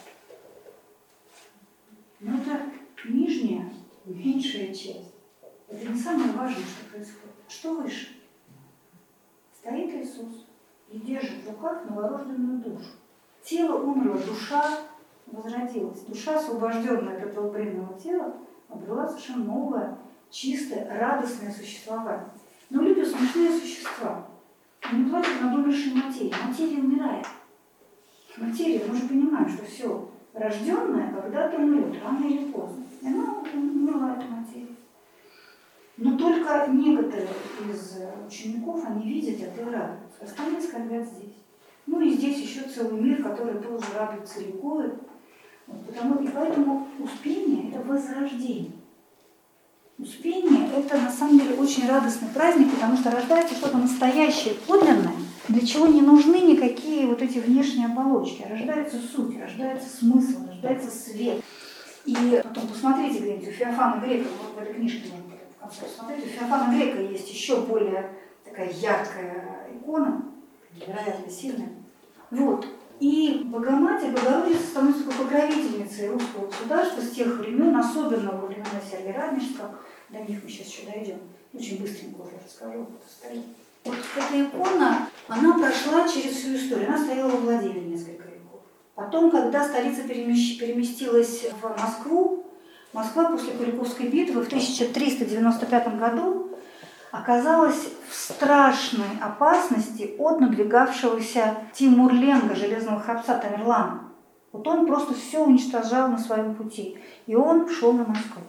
Но это нижняя, меньшая часть. Это не самое важное, что происходит. Что выше? Стоит Иисус и держит в руках новорожденную душу. Тело умерло, душа возродилась. Душа, освобожденная от этого бренного тела, обрела совершенно новое, чистое, радостное существование. Но люди смешные существа. Они плачут над умершей материей. Материя умирает. Материя, мы же понимаем, что все рожденное когда-то умрет, рано или поздно. И она умерла, эта материя. Но только некоторые из учеников, они видят это и радуются. Остальные скорбят здесь. Ну и здесь еще целый мир, который тоже радуется, ликует. Вот, потому, и поэтому Успение – это возрождение. Успение – это на самом деле очень радостный праздник, потому что рождается что-то настоящее, подлинное, для чего не нужны никакие вот эти внешние оболочки. Рождается суть, рождается смысл, рождается свет. И потом посмотрите где-нибудь у Феофана Грека, вот в этой книжке можно в конце посмотреть, у Феофана Грека есть еще более такая яркая икона, невероятно сильная. Вот. И Богоматерь, Богородица становится такой покровительницей русского государства с тех времен, особенно во времена Сергия Радонежского. До них мы сейчас еще дойдем. Очень быстренько уже расскажу, как это стоит. Вот эта икона, она прошла через всю историю. Она стояла во Владимире несколько веков. Потом, когда столица переместилась в Москву, Москва после Куликовской битвы в тысяча триста девяносто пятом году оказалась в страшной опасности от надвигавшегося Тимур-Ленга, железного храбца Тамерлана. Вот он просто все уничтожал на своем пути. И он шел на Москву.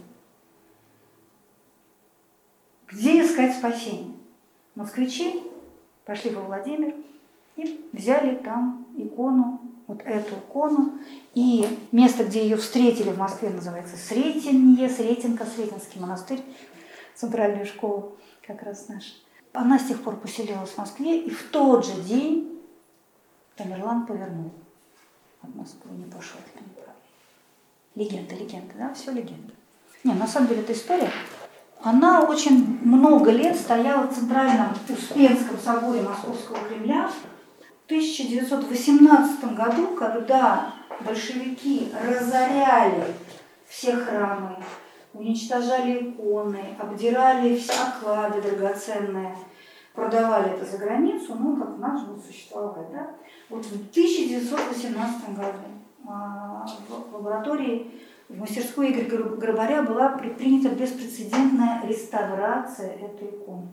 Где искать спасение? Москвичи пошли во Владимир и взяли там икону, вот эту икону. И место, где ее встретили в Москве, называется Сретенье, Сретенка, Сретенский монастырь, центральная школа как раз наша. Она с тех пор поселилась в Москве, и в тот же день Тамерлан повернул от Москвы, не пошел в этом направлении. Легенда, легенда, да, все легенда. Не, на самом деле эта история, она очень много лет стояла в центральном Успенском соборе Московского Кремля. В тысяча девятьсот восемнадцатом году, когда большевики разоряли все храмы, уничтожали иконы, обдирали все оклады драгоценные, продавали это за границу, ну, как у нас же будет существовать, да? Вот в тысяча девятьсот восемнадцатом году в лаборатории В мастерской Игоря Грабаря была предпринята беспрецедентная реставрация этой иконы.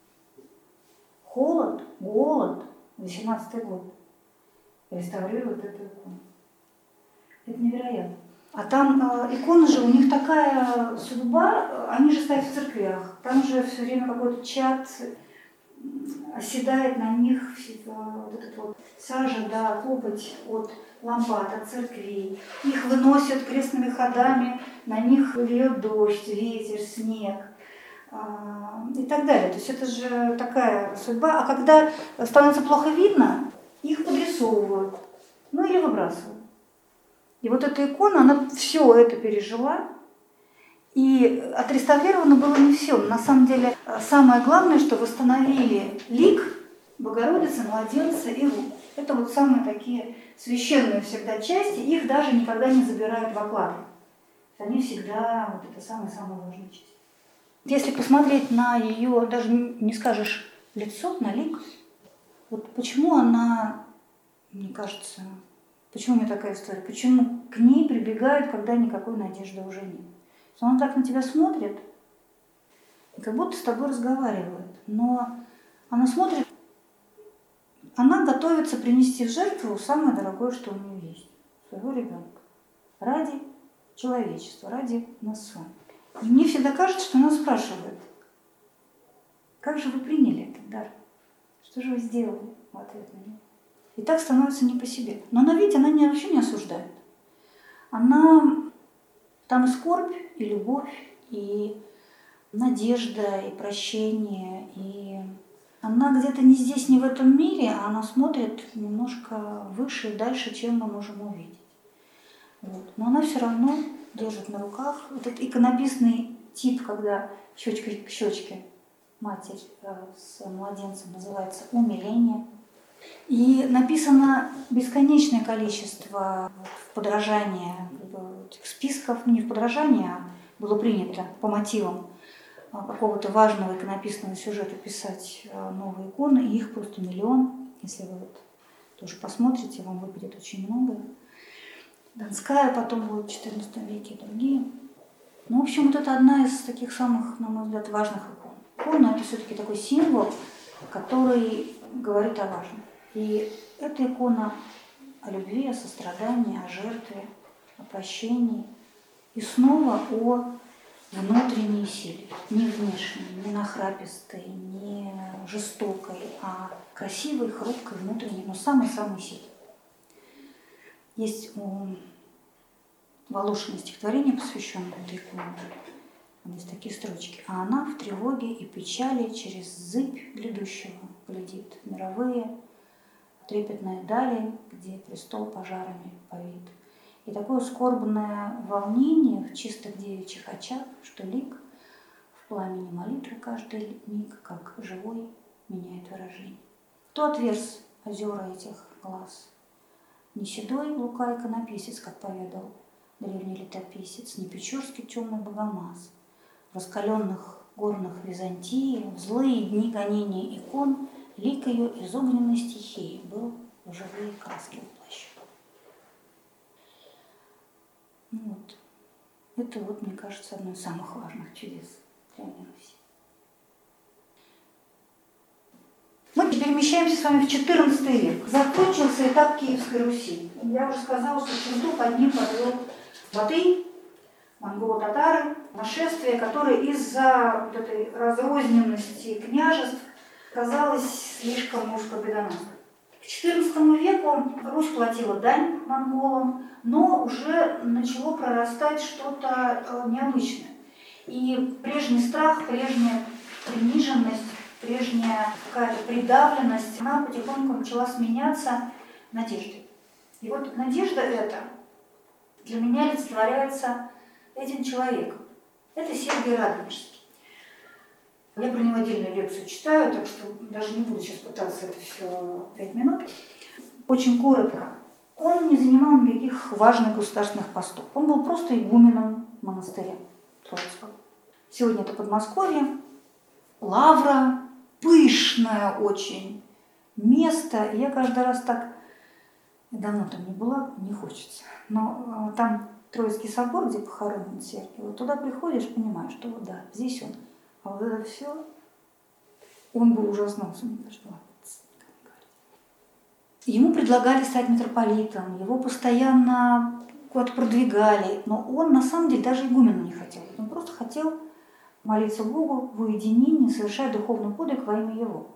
Холод, голод, восемнадцатый год. Реставрируют эту икону. Это невероятно. А там э, иконы же, у них такая судьба, они же стоят в церквях. Там же все время какой-то чад оседает на них, вот этот вот сажа, да, копоть от лампад, от церквей. Их выносят крестными ходами, на них льет дождь, ветер, снег а, и так далее. То есть это же такая судьба. А когда становится плохо видно, их подрисовывают, ну или выбрасывают. И вот эта икона, она все это пережила. И отреставрировано было не все. На самом деле, самое главное, что восстановили лик Богородицы, младенца и рук. Это вот самые такие священные всегда части. Их даже никогда не забирают в оклады. Они всегда, вот это самая-самая важная часть. Если посмотреть на ее, даже не скажешь лицо, на лик, вот почему она, мне кажется, почему у меня такая история, почему к ней прибегают, когда никакой надежды уже нет. Она так на тебя смотрит, как будто с тобой разговаривает. Но она смотрит, она готовится принести в жертву самое дорогое, что у нее есть. Своего ребенка. Ради человечества, ради нас с вами. И мне всегда кажется, что она спрашивает, как же вы приняли этот дар? Что же вы сделали в ответ на него? И так становится не по себе. Но она, видите, она не, вообще не осуждает. Она... Там и скорбь, и любовь, и надежда, и прощение. И она где-то не здесь, не в этом мире, а она смотрит немножко выше и дальше, чем мы можем увидеть. Вот. Но она все равно держит на руках этот иконописный тип, когда щечка к щечке матерь с младенцем называется умиление. И написано бесконечное количество подражания, списков, ну не в подражании, а было принято по мотивам какого-то важного иконописного сюжета писать новые иконы, и их просто миллион. Если вы вот тоже посмотрите, вам выпадет очень много. Донская потом будет в четырнадцатом веке и другие. Ну, в общем, вот это одна из таких самых, на мой взгляд, важных икон. Икона – это все-таки такой символ, который говорит о важном. И эта икона о любви, о сострадании, о жертве, о прощении. И снова о внутренней силе. Не внешней, не нахрапистой, не жестокой, а красивой, хрупкой, внутренней, но самой-самой сильной. Есть у Волошина стихотворение, посвященное этой иконе. Там есть такие строчки. А она в тревоге и печали через зыбь грядущего глядит мировые трепетные дали, где престол пожарами повит. И такое скорбное волнение в чистых девичьих очах, что лик в пламени молитвы каждый миг, как живой, меняет выражение. Кто отверз озера этих глаз? Не седой Лука иконописец, как поведал древний летописец, не печорский темный богомаз. В раскаленных горных Византии, в злые дни гонения икон, лик ее из огненной стихии был в живые краски воплощен. Ну вот. Это вот, мне кажется, одно из самых важных чудес Древней Руси. Мы перемещаемся с вами в четырнадцатый век. Закончился этап Киевской Руси. Я уже сказала, что черту под ним подвел Батый, монголо-татары, нашествие, которое из-за вот этой разрозненности княжеств казалось слишком уж победоносным. К четырнадцатому веку Русь платила дань монголам, но уже начало прорастать что-то необычное. И прежний страх, прежняя приниженность, прежняя какая-то придавленность, она потихоньку начала сменяться надеждой. И вот надежда эта для меня олицетворяется этим человеком. Это Сергий Радонежский. Я про него отдельную лекцию читаю, так что даже не буду сейчас пытаться это все пять минут. Очень коротко. Он не занимал никаких важных государственных постов. Он был просто игуменом монастыря Троицкого. Сегодня это Подмосковье. Лавра, пышное очень место. Я каждый раз так, давно там не была, не хочется, но там Троицкий собор, где похоронен Сергий, вот туда приходишь, понимаешь, что вот да, здесь он. А вот это все, он бы ужаснулся, мне кажется. Ему предлагали стать митрополитом, его постоянно куда-то продвигали, но он на самом деле даже игуменом не хотел. Он просто хотел молиться Богу в уединении, совершая духовный подвиг во имя Его.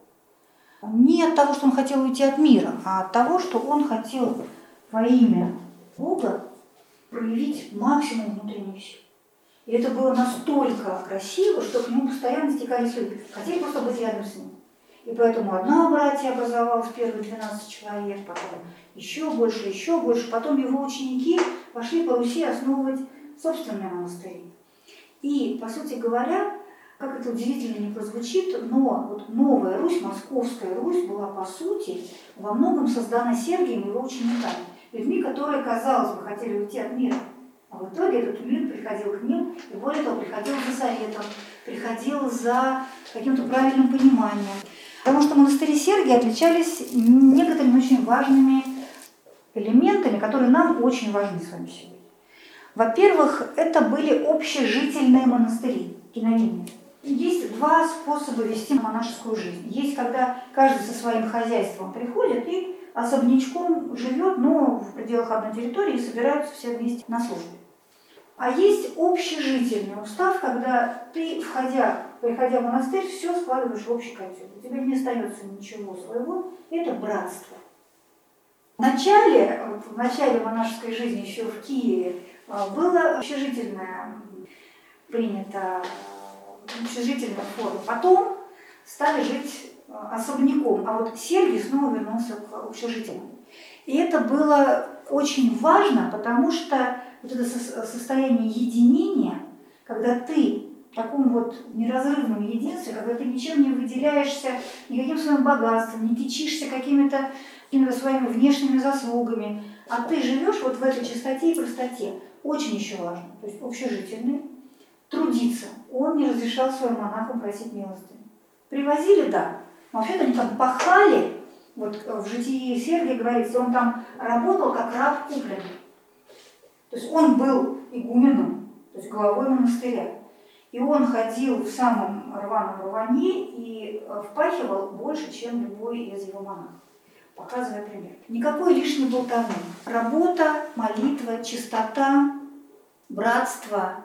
Не от того, что он хотел уйти от мира, а от того, что он хотел во имя Бога проявить максимум внутренней силы. И это было настолько красиво, что к нему постоянно стекались люди. Хотели просто быть рядом с ним. И поэтому одно братье образовалось, первые двенадцать человек, потом еще больше, еще больше. Потом его ученики пошли по Руси основывать собственные монастыри. И, по сути говоря, как это удивительно не прозвучит, но вот новая Русь, Московская Русь, была, по сути, во многом создана Сергием и его учениками. Людьми, которые, казалось бы, хотели уйти от мира. А в итоге этот мир приходил к ним, и более того, приходил за советом, приходил за каким-то правильным пониманием. Потому что монастыри Сергия отличались некоторыми очень важными элементами, которые нам очень важны с вами сегодня. Во-первых, это были общежительные монастыри, кинолинии. Есть два способа вести монашескую жизнь. Есть, когда каждый со своим хозяйством приходит и особнячком живет, но в пределах одной территории, и собираются все вместе на службе. А есть общежительный устав, когда ты, входя, приходя в монастырь, все складываешь в общий котел. У тебя не остается ничего своего. Это братство. В начале, в начале монашеской жизни, еще в Киеве, было общежительное принято, общежительная форма. Потом стали жить особняком. А вот Сергий снова вернулся к общежительному. И это было очень важно, потому что вот это состояние единения, когда ты в таком вот неразрывном единстве, когда ты ничем не выделяешься, никаким своим богатством, не кичишься какими-то, какими-то своими внешними заслугами, а ты живешь вот в этой чистоте и простоте. Очень еще важно. То есть общежительный, трудиться. Он не разрешал своим монахам просить милостыню. Привозили, да. Вообще-то они там пахали. Вот в житии Сергия говорится, он там работал как раб купленный. То есть он был игуменом, то есть главой монастыря. И он ходил в самом рваном рване и впахивал больше, чем любой из его монахов, показывая пример. Никакой лишней болтовни. Работа, молитва, чистота, братство,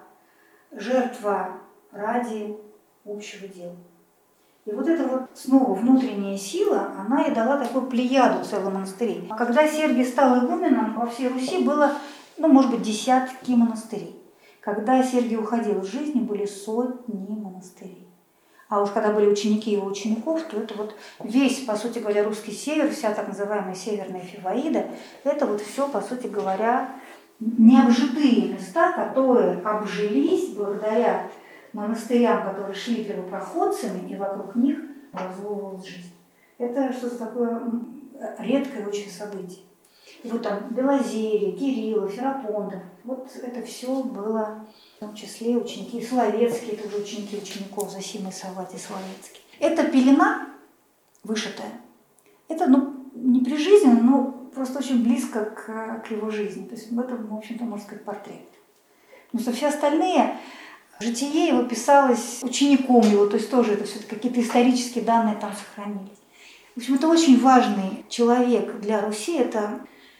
жертва ради общего дела. И вот эта вот снова внутренняя сила, она и дала такую плеяду целых монастырей. А когда Сергий стал игуменом, во всей Руси было, ну, может быть, десятки монастырей. Когда Сергий уходил из жизни, были сотни монастырей. А уж когда были ученики его учеников, то это вот весь, по сути говоря, русский север, вся так называемая северная Фиваида, это вот все, по сути говоря, необжитые места, которые обжились благодаря монастырям, которые шли первопроходцами, и вокруг них образовывалась жизнь. Это что-то такое редкое очень событие. И вот там Белозерье, Кириллов, Ферапонтов, вот это все было, в том числе ученики Соловецкие, тоже ученики учеников Зосимы, Савватий Соловецкий. Эта пелена вышитая, это, ну, не при жизни, но просто очень близко к, к его жизни. То есть в этом, в общем-то, можно сказать, портрет. Потому что все остальные, житие его писалось учеником его, то есть тоже это все-таки какие-то исторические данные там сохранились. В общем, это очень важный человек для Руси, это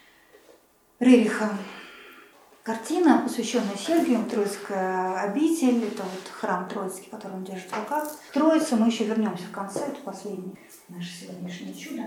Рериха. Картина, посвященная Сергию, Троицкая обитель, это вот храм Троицкий, который он держит в руках. Троица, мы еще вернемся в конце, это последнее наше сегодняшнее чудо.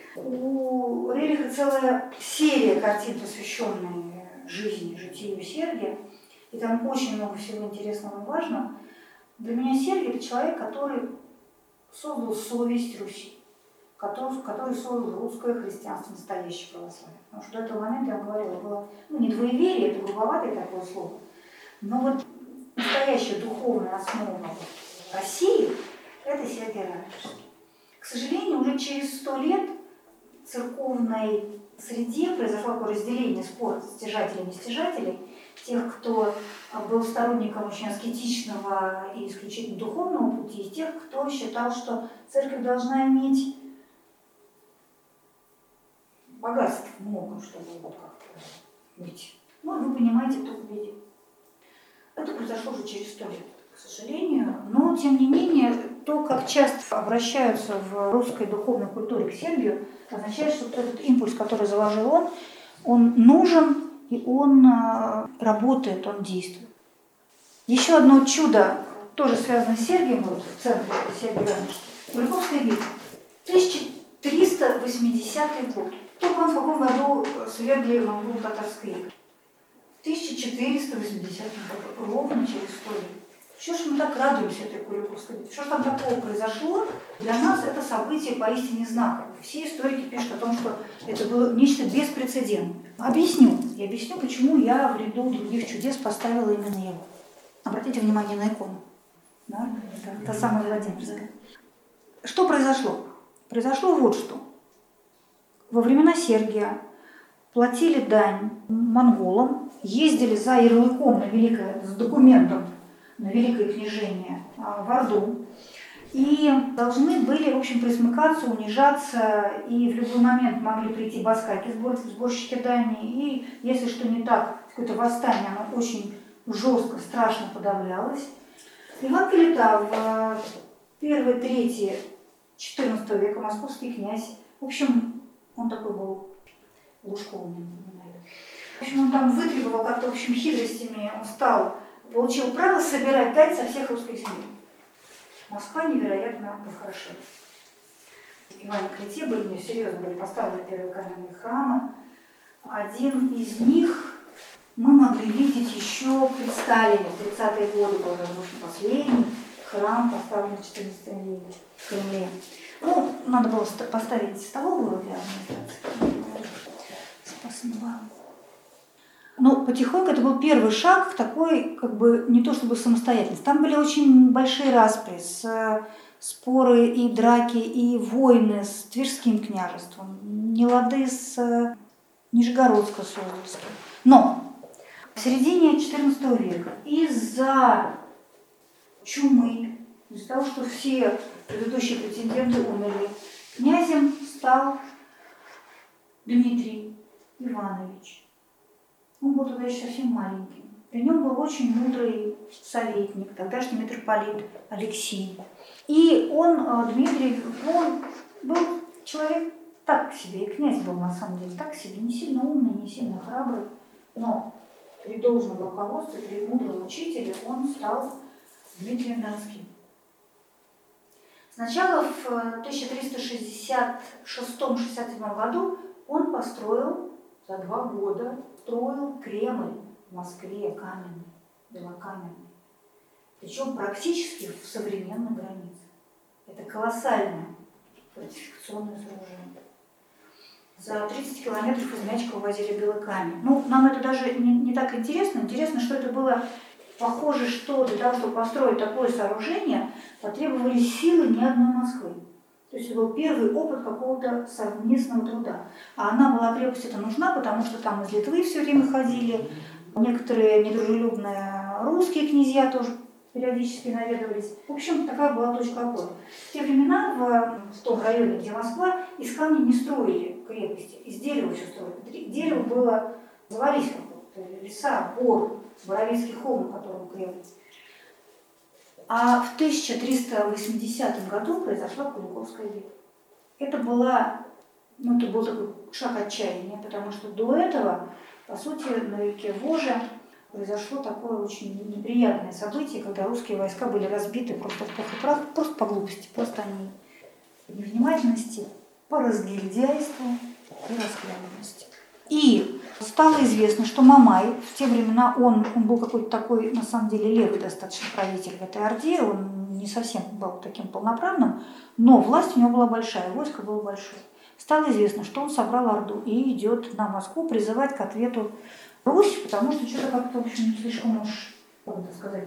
У Рериха целая серия картин, посвященная жизни, житию Сергия. И там очень много всего интересного и важного. Для меня Сергий – это человек, который создал совесть Руси, который, который создал русское христианство, настоящее православие. Потому что до этого момента, я вам говорила, было, ну, не двоеверие, это грубоватое такое слово, но вот настоящая духовная основа России – это Сергий Радонежский. К сожалению, уже через сто лет в церковной среде произошло такое разделение, спор стяжателей и нестяжателей, тех, кто был сторонником очень аскетичного и исключительно духовного пути, и тех, кто считал, что церковь должна иметь богатств много, чтобы вот как-то быть Ну, вы понимаете, кто победил. Это произошло уже через сто лет, к сожалению. Но, тем не менее, то, как часто обращаются в русской духовной культуре к Сергию, означает, что этот импульс, который заложил он, он нужен, и он работает, он действует. Еще одно чудо, тоже связано с Сергием, вот в центре Сергия Ивановича, Куликовская битва. тысяча триста восьмидесятый год. Только он в каком году свергли монголо-татарское иго? В тысяча четыреста восьмидесятом году, ровно через сто лет. Что ж мы так радуемся этой Куликовской битве? Что ж там такого произошло? Для нас это событие поистине знаковое. Все историки пишут о том, что это было нечто беспрецедентное. Объясню. Я объясню, почему я в ряду других чудес поставила именно его. Обратите внимание на икону. Да? Это та самая Владимирская. Что произошло? Произошло вот что. Во времена Сергия платили дань монголам, ездили за ярлыком на великое, с документом на великое княжение в Орду, и должны были, в общем, присмыкаться, унижаться, и в любой момент могли прийти баскаки, сборщики дани, и если что не так, какое-то восстание, оно очень жестко, страшно подавлялось. Иван Калита в первой трети четырнадцатого века, московский князь, в общем, он такой был Лужковый, в общем, он там вытребовал как-то, в общем, хитростями, он стал, получил право собирать дань со всех русских земель. Москва невероятно похорошела. Иване Калите были, не серьезно, были поставлены первые каменные храмы. Один из них мы могли видеть еще при Сталине. В тридцатые годы был разрушен последний храм, поставленный в четырнадцатом веке в Кремле. Ну, надо было поставить столовую для администрации. Спасибо. Но потихоньку это был первый шаг к такой, как бы, не то чтобы самостоятельности. Там были очень большие распри, с, споры и драки, и войны с Тверским княжеством, нелады с Нижегородско-Суздальским. Но в середине четырнадцатого века из-за чумы, из-за того, что все предыдущие претенденты умерли, князем стал Дмитрий Иванович. Он был тогда еще совсем маленьким. При нем был очень мудрый советник, тогдашний митрополит Алексий. И он, Дмитрий, он был человек так себе, и князь был на самом деле так себе, не сильно умный, не сильно храбрый, но при должном руководстве, при мудром учителе он стал Дмитрием Донским. Сначала в тысяча триста шестьдесят шестом — шестьдесят седьмом году он построил за два года строил Кремль в Москве, каменный, белокаменный. Причем практически в современной границе. Это колоссальное фортификационное сооружение. За тридцать километров из Мячка возили белый камень. Ну, нам это даже не, не так интересно. Интересно, что это было похоже, что для того, чтобы построить такое сооружение, потребовались силы ни одной Москвы. То есть это был первый опыт какого-то совместного труда. А она была, крепость эта нужна, потому что там из Литвы все время ходили, некоторые недружелюбные русские князья тоже периодически наведывались. В общем, такая была точка опоры. В те времена в, в том районе, где Москва, из камня не строили крепости, из дерева все строили. Дерево было, завались как-то, леса, бор, Боровицкий холм, на котором крепость. А в тысяча триста восьмидесятом году произошла Куликовская битва. Это была, ну, это был такой шаг отчаяния, потому что до этого, по сути, на реке Воже произошло такое очень неприятное событие, когда русские войска были разбиты просто в пух и прах, просто по глупости, просто они по невнимательности, по разгильдяйству и расхлябанности. И стало известно, что Мамай, в те времена он, он был какой-то такой, на самом деле, левый достаточно правитель в этой Орде, он не совсем был таким полноправным, но власть у него была большая, войско было большое. Стало известно, что он собрал Орду и идет на Москву призывать к ответу Русь, потому что что-то как-то, в общем, слишком уж, как это сказать,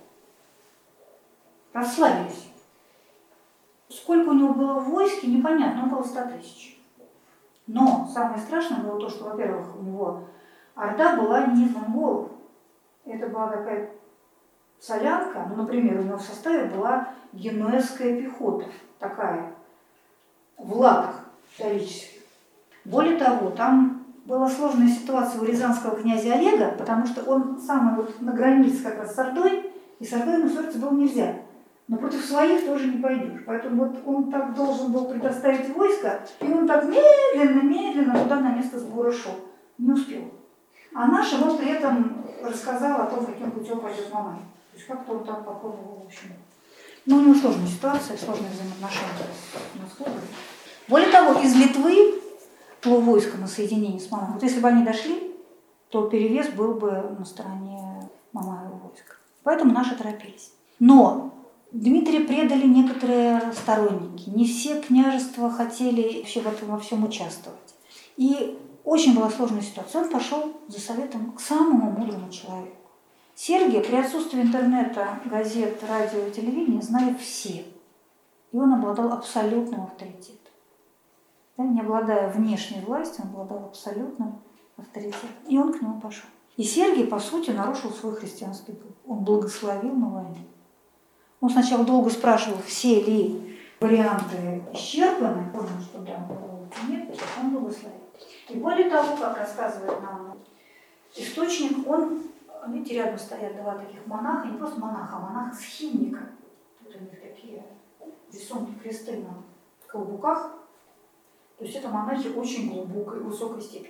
расслабились. Сколько у него было в войске, непонятно, около ста тысяч. Но самое страшное было то, что, во-первых, у него Орда была не из монголов. Это была такая солянка, ну, например, у него в составе была генуэзская пехота, такая, в латах исторических. Более того, там была сложная ситуация у рязанского князя Олега, потому что он самый вот на границе как раз с Ордой, и с Ордой ему ссориться было нельзя. Но против своих тоже не пойдешь. Поэтому вот он так должен был предоставить войско, и он так медленно-медленно туда на место сбора шел. Не успел. А наш ему при этом рассказал о том, каким путем пойдет Мамай. То есть как-то он так попробовал, в общем. Но у него сложная ситуация, сложные взаимоотношения с Москвой. Более того, из Литвы шло войско на соединение с Мамаем. Вот если бы они дошли, то перевес был бы на стороне Мамаева войска. Поэтому наши торопились. Но Дмитрия предали некоторые сторонники. Не все княжества хотели вообще в этом во всем участвовать. И очень была сложная ситуация. Он пошел за советом к самому мудрому человеку. Сергия при отсутствии интернета, газет, радио и телевидения знали все. И он обладал абсолютным авторитетом. Да, не обладая внешней властью, он обладал абсолютным авторитетом. И он к нему пошел. И Сергий, по сути, нарушил свой христианский долг. Он благословил на войну. Он сначала долго спрашивал, все ли варианты исчерпаны. Понял, что да, нет, он благословил. И более того, как рассказывает нам источник, он, видите, рядом стоят два таких монаха, не просто монаха, а монаха-схимника. Тут у них такие рисунки кресты на колбуках. То есть это монахи очень глубокой, высокой степени.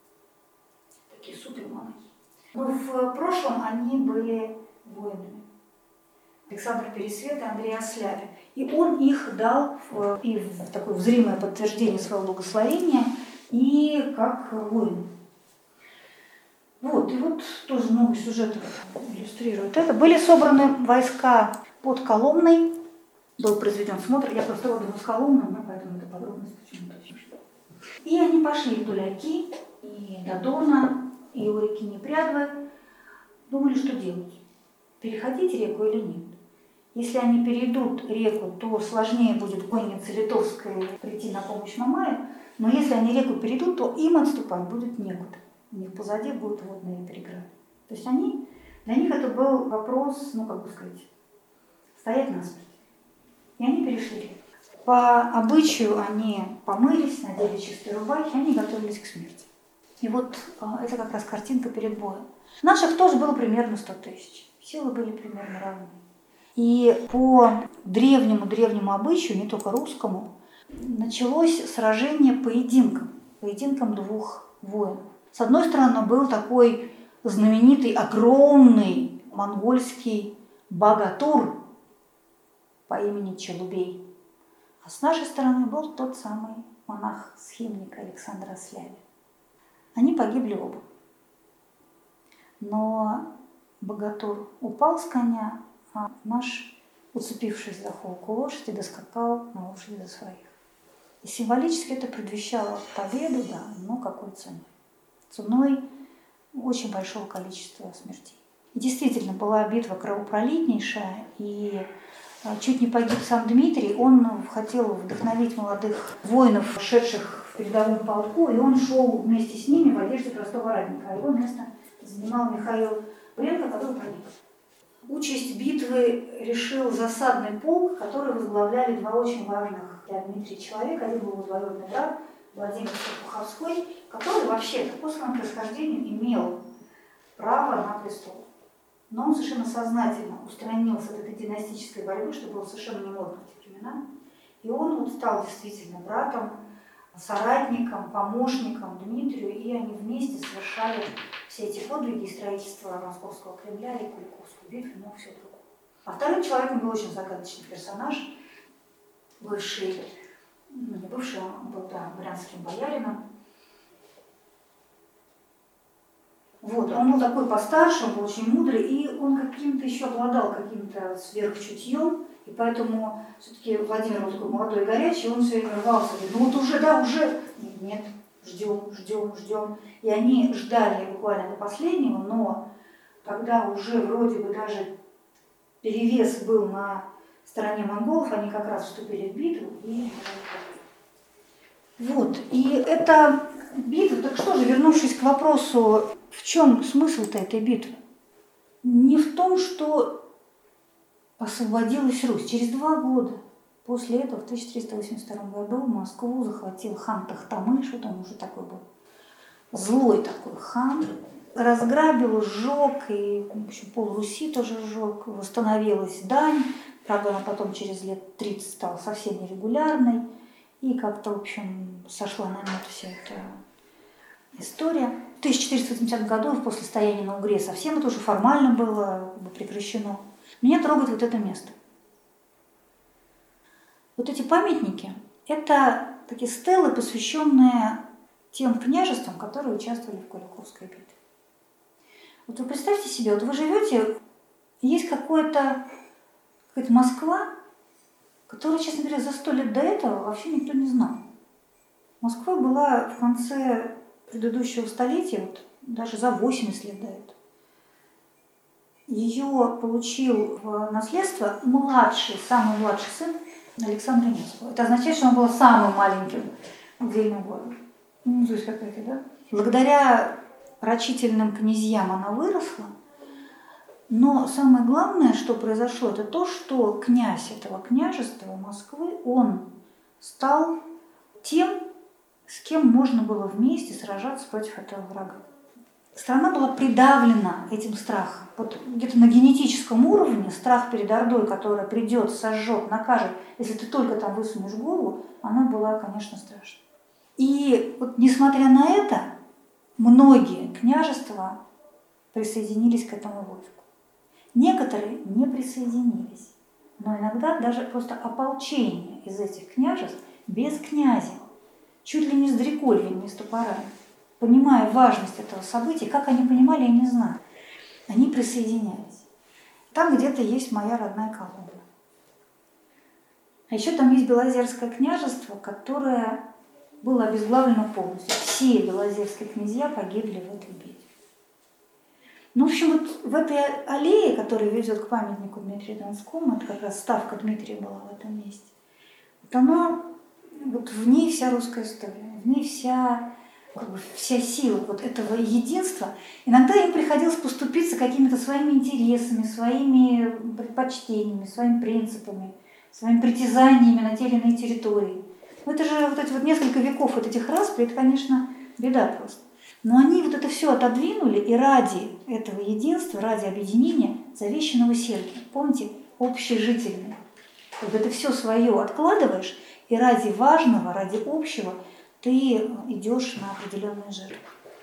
Такие супермонахи. Но в прошлом они были воинами. Александр Пересвет и Андрей Ослябин. И он их дал в, и в такое зримое подтверждение своего благословения, и как воин. Вот, и вот тоже много сюжетов иллюстрирует это. Были собраны войска под Коломной, был произведен смотр, я просто родом из Коломны, но поэтому это подробность почему-то. И они пошли вдоль Оки, и до Дона, и у реки Непрядвы, думали, что делать. Переходить реку или нет. Если они перейдут реку, то сложнее будет коннице литовской прийти на помощь Мамаю, но если они реку перейдут, то им отступать будет некуда. У них позади будут водные переграды. То есть они, для них это был вопрос, ну как бы сказать, стоять насмерть. И они перешли реку. По обычаю они помылись, надели чистые рубахи, они готовились к смерти. И вот это как раз картинка перед боем. Наших тоже было примерно сто тысяч. Силы были примерно равны. И по древнему-древнему обычаю, не только русскому, началось сражение поединком, поединком двух воинов. С одной стороны, был такой знаменитый, огромный монгольский богатур по имени Челубей. А с нашей стороны был тот самый монах-схимник Александр Ослябин. Они погибли оба. Но богатур упал с коня, а наш, уцепившись за холку лошади, доскакал на лошади до своих. И символически это предвещало победу, да, но какой ценой? Ценой очень большого количества смертей. И действительно, была битва кровопролитнейшая, и чуть не погиб сам Дмитрий. Он хотел вдохновить молодых воинов, шедших в передовом полку, и он шел вместе с ними в одежде простого ратника. А его место занимал Михаил Бренко, который погиб. Участь битвы решил засадный полк, который возглавляли два очень важных для Дмитрия человека. Один был его двоюродный брат Владимир Серпуховской, который вообще-то по своему происхождению имел право на престол. Но он совершенно сознательно устранился от этой династической борьбы, что было совершенно не модно в те времена. И он вот стал действительно братом, соратником, помощником Дмитрию, и они вместе совершали все эти подвиги, строительство Московского Кремля и Куликовскую битву, и много всего другого. А вторым человеком был очень загадочный персонаж, бывший, ну не бывший, он был, да, дворянским боярином. Вот, он был такой постарше, он был очень мудрый, и он каким-то еще обладал каким-то сверхчутьем, и поэтому все-таки Владимир был такой молодой и горячий, он все время рвался, говорит, ну вот уже, да, уже. Нет, нет, ждем, ждем, ждем. И они ждали буквально до последнего, но когда уже вроде бы даже перевес был на стороне монголов, они как раз вступили в битву и... Вот, и эта битва, так что же, вернувшись к вопросу, в чем смысл-то этой битвы? Не в том, что освободилась Русь. Через два года после этого, в тысяча триста восемьдесят втором году, Москву захватил хан Тохтамыш, вот он уже такой был злой такой хан, разграбил, сжег, и в общем, пол Руси тоже сжег, восстановилась дань, правда, она потом через лет тридцать стала совсем нерегулярной, и как-то, в общем, сошла на нет вся эта история. В тысяча четыреста восьмидесятом году, после стояния на Угре, совсем это уже формально было как бы прекращено. Меня трогает вот это место. Вот эти памятники – это такие стелы, посвященные тем княжествам, которые участвовали в Куликовской битве. Вот вы представьте себе, вот вы живете, есть какое-то, какая-то Москва, которую, честно говоря, за сто лет до этого вообще никто не знал. Москва была в конце предыдущего столетия, вот даже за восемьдесят лет до этого. Ее получил в наследство младший, самый младший сын Александра Невского. Это означает, что он был самым маленьким удельным городом. Ну, то есть какая-то, да? Благодаря рачительным князьям она выросла, но самое главное, что произошло, это то, что князь этого княжества Москвы, он стал тем, с кем можно было вместе сражаться против этого врага. Страна была придавлена этим страхом. Вот где-то на генетическом уровне страх перед Ордой, которая придет, сожжет, накажет, если ты только там высунешь голову, она была, конечно, страшна. И вот несмотря на это, многие княжества присоединились к этому войску. Некоторые не присоединились, но иногда даже просто ополчение из этих княжеств без князя, чуть ли не с дрекольями, с топорами, понимая важность этого события, как они понимали, я не знаю, они присоединялись. Там где-то есть моя родная Коломна. А еще там есть Белозерское княжество, которое было обезглавлено полностью. Все белозерские князья погибли в этой битве. Ну, в общем, вот в этой аллее, которая ведет к памятнику Дмитрию Донскому, это как раз ставка Дмитрия была в этом месте, вот она, вот в ней вся русская история, в ней вся, как бы, вся сила вот этого единства. Иногда им приходилось поступиться какими-то своими интересами, своими предпочтениями, своими принципами, своими притязаниями на те или иные территории. Ну, это же вот эти вот несколько веков вот этих распри, это, конечно, беда просто. Но они вот это все отодвинули, и ради этого единства, ради объединения завещанного Сергия, помните, общежительное. Вот это все свое откладываешь, и ради важного, ради общего ты идешь на определенные жертвы.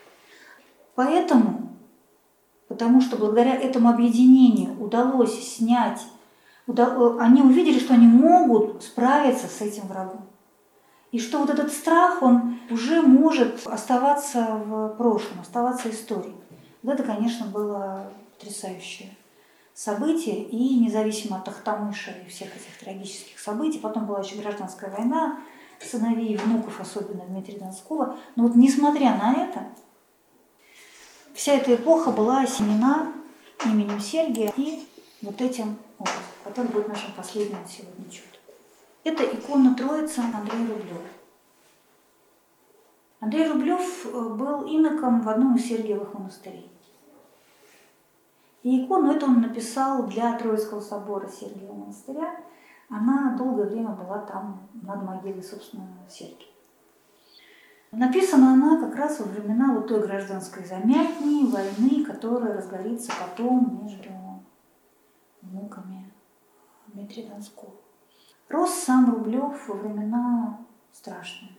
Поэтому, потому что благодаря этому объединению удалось снять, удал, они увидели, что они могут справиться с этим врагом. И что вот этот страх, он уже может оставаться в прошлом, оставаться историей. Вот это, конечно, было потрясающее событие. И независимо от Тохтамыша и всех этих трагических событий, потом была еще гражданская война, сыновей и внуков, особенно Дмитрия Донского. Но вот несмотря на это, вся эта эпоха была осенена именем Сергия и вот этим образом, который будет нашим последним сегодня чудом. Это икона Троицы Андрея Рублева. Андрей Рублев был иноком в одном из Сергиевых монастырей. И икону эту он написал для Троицкого собора Сергиева монастыря. Она долгое время была там над могилой, собственно, Сергия. Написана она как раз во времена вот той гражданской замятни, войны, которая разгорится потом между внуками Дмитрия Донского. Рос сам Рублев во времена страшные.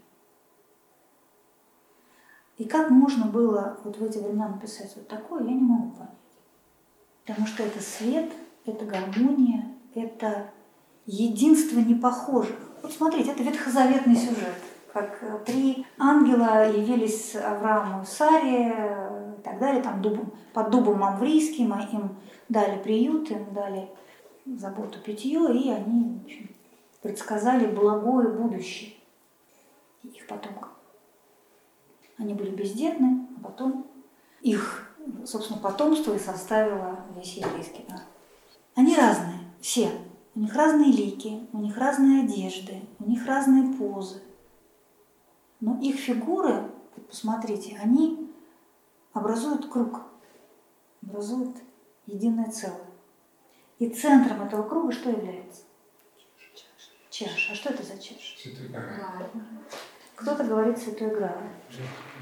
И как можно было вот в эти времена написать вот такое, я не могу понять. Потому что это свет, это гармония, это единство непохожих. Вот смотрите, это ветхозаветный сюжет. Как три ангела явились Аврааму и Саре и так далее, там дубом, под дубом мамврийским, им дали приют, им дали заботу, питье, и они, в общем, предсказали благое будущее их потомкам. Они были бездетны, а потом их, собственно, потомство и составило весь еврейский народ. Они разные, все. У них разные лики, у них разные одежды, у них разные позы. Но их фигуры, посмотрите, они образуют круг, образуют единое целое. И центром этого круга что является? Чаша. А что это за чаша? Святой Грааль. Кто-то говорит Святой Грааль.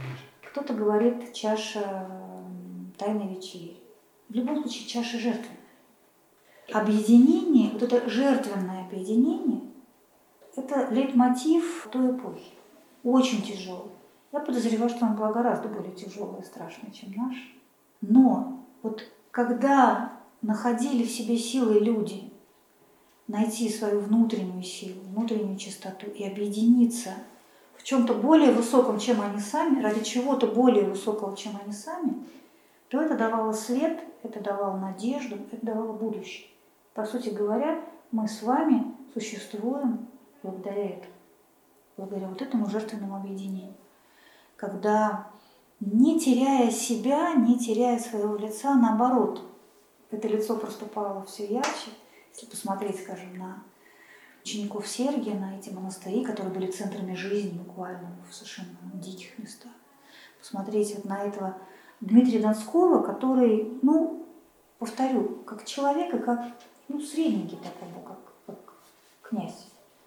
кто-то говорит чаша тайной вечери. В любом случае чаша жертвенная. Объединение, вот это жертвенное объединение, это лейтмотив той эпохи. Очень тяжелый. Я подозреваю, что он был гораздо более тяжелый и страшный, чем наш. Но вот когда находили в себе силы люди найти свою внутреннюю силу, внутреннюю чистоту и объединиться в чем-то более высоком, чем они сами, ради чего-то более высокого, чем они сами, то это давало свет, это давало надежду, это давало будущее. По сути говоря, мы с вами существуем благодаря этому, благодаря вот этому жертвенному объединению. Когда, не теряя себя, не теряя своего лица, наоборот, это лицо проступало все ярче. Если посмотреть, скажем, на учеников Сергия, на эти монастыри, которые были центрами жизни буквально в совершенно диких местах. Посмотреть вот на этого Дмитрия Донского, который, ну, повторю, как человек и как, ну, средненький такой, как, как князь.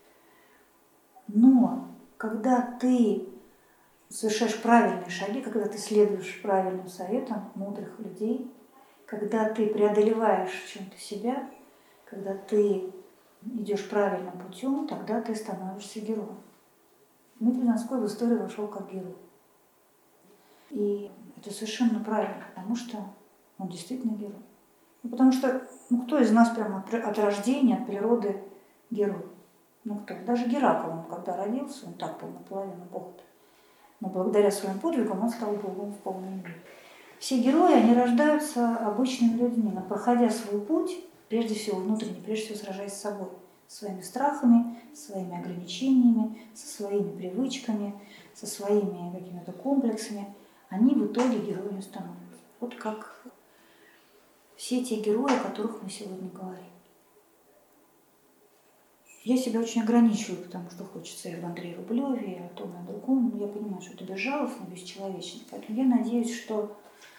Но когда ты совершаешь правильные шаги, когда ты следуешь правильным советам мудрых людей, когда ты преодолеваешь в чем-то себя, когда ты идешь правильным путем, тогда ты становишься героем. Дмитрий Донской в историю вошел как герой. И это совершенно правильно, потому что он действительно герой. Ну, потому что ну, кто из нас прямо от, от рождения, от природы герой? Ну кто? Даже Геракл, он когда родился, он так был наполовину бог-то. Но благодаря своим подвигам он стал богом в полной мере. Все герои, они рождаются обычными людьми, но проходя свой путь, прежде всего внутренне, прежде всего сражаясь с собой, со своими страхами, со своими ограничениями, со своими привычками, со своими какими-то комплексами, они в итоге героями становятся. Вот как все те герои, о которых мы сегодня говорим. Я себя очень ограничиваю, потому что хочется и об Андрее Рублеве, и о том, и о другом. Но я понимаю, что это безжалостно, бесчеловечно. Поэтому я надеюсь, что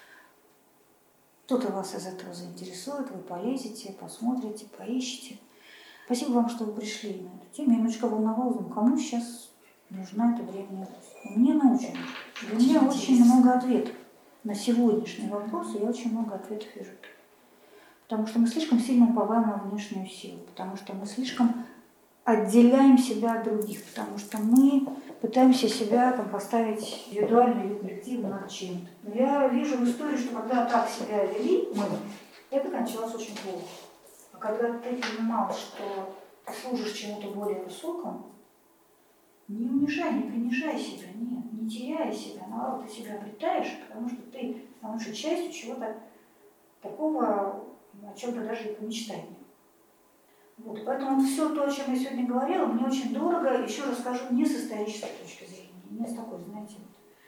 кто-то вас из этого заинтересует, вы полезете, посмотрите, поищете. Спасибо вам, что вы пришли на эту тему. Я немножко волновалась, думаю, кому сейчас нужна эта древняя Русь? Мне научно. Для меня очень много ответов на сегодняшний вопрос, и я очень много ответов вижу. Потому что мы слишком сильно уповаем на внешнюю силу, потому что мы слишком отделяем себя от других, потому что мы пытаемся себя там, поставить индивидуально или коллективно над чем-то. Но я вижу в истории, что когда так себя вели мы, это кончалось очень плохо. А когда ты понимал, что ты служишь чему-то более высокому, не унижай, не принижай себя, нет, не теряй себя, наоборот, ты себя обретаешь, потому что ты становишься частью чего-то такого, о чем ты даже и помечтать не. Вот, поэтому все то, о чем я сегодня говорила, мне очень дорого, еще расскажу не с исторической точки зрения, не с такой, знаете,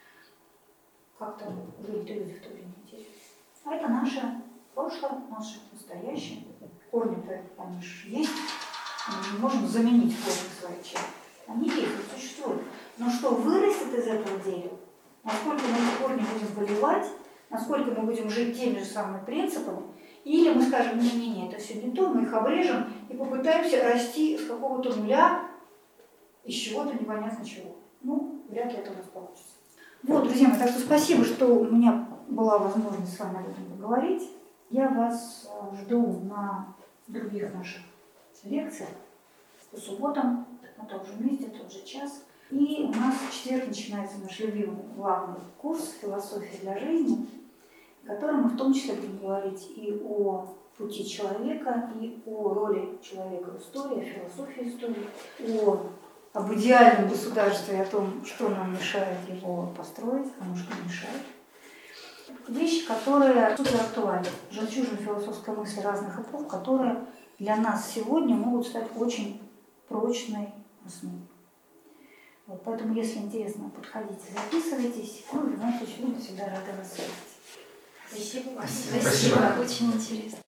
вот, как там жили люди в то время интересно. А это наше прошлое, наше настоящее. Корни-то они же есть, мы не можем заменить корни своей части. Они есть, они существуют. Но что вырастет из этого дерева, насколько мы эти корни будем поливать, насколько мы будем жить теми же самыми принципами, или мы скажем, не-не-не, это все не то, мы их обрежем и попытаемся расти с какого-то нуля, из чего-то непонятно чего. Ну, вряд ли это у нас получится. Вот, друзья мои, так что спасибо, что у меня была возможность с вами об этом поговорить. Я вас жду на других наших лекциях по субботам, на том же месте, тот же час. И у нас в четверг начинается наш любимый главный курс «Философия для жизни», в котором мы в том числе будем говорить и о пути человека, и о роли человека в истории, о философии истории, о, об идеальном государстве и о том, что нам мешает его построить, а может не мешает. Вещи, которые супер актуальны, жемчужины философской мысли разных эпох, которые для нас сегодня могут стать очень прочной основой. Вот, поэтому, если интересно, подходите, записывайтесь. Ну, в любом случае, мы всегда рады вас видеть. Спасибо. Спасибо. Спасибо. Очень интересно.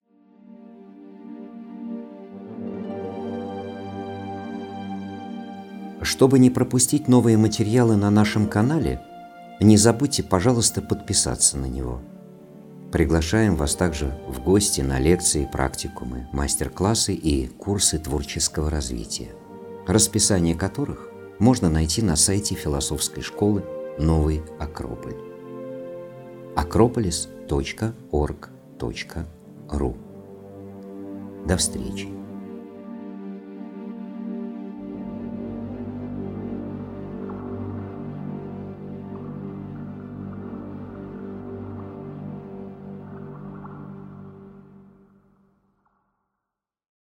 Чтобы не пропустить новые материалы на нашем канале, не забудьте, пожалуйста, подписаться на него. Приглашаем вас также в гости на лекции, практикумы, мастер-классы и курсы творческого развития, расписание которых можно найти на сайте философской школы «Новый Акрополь». акрополис точка орг точка ру. До встречи!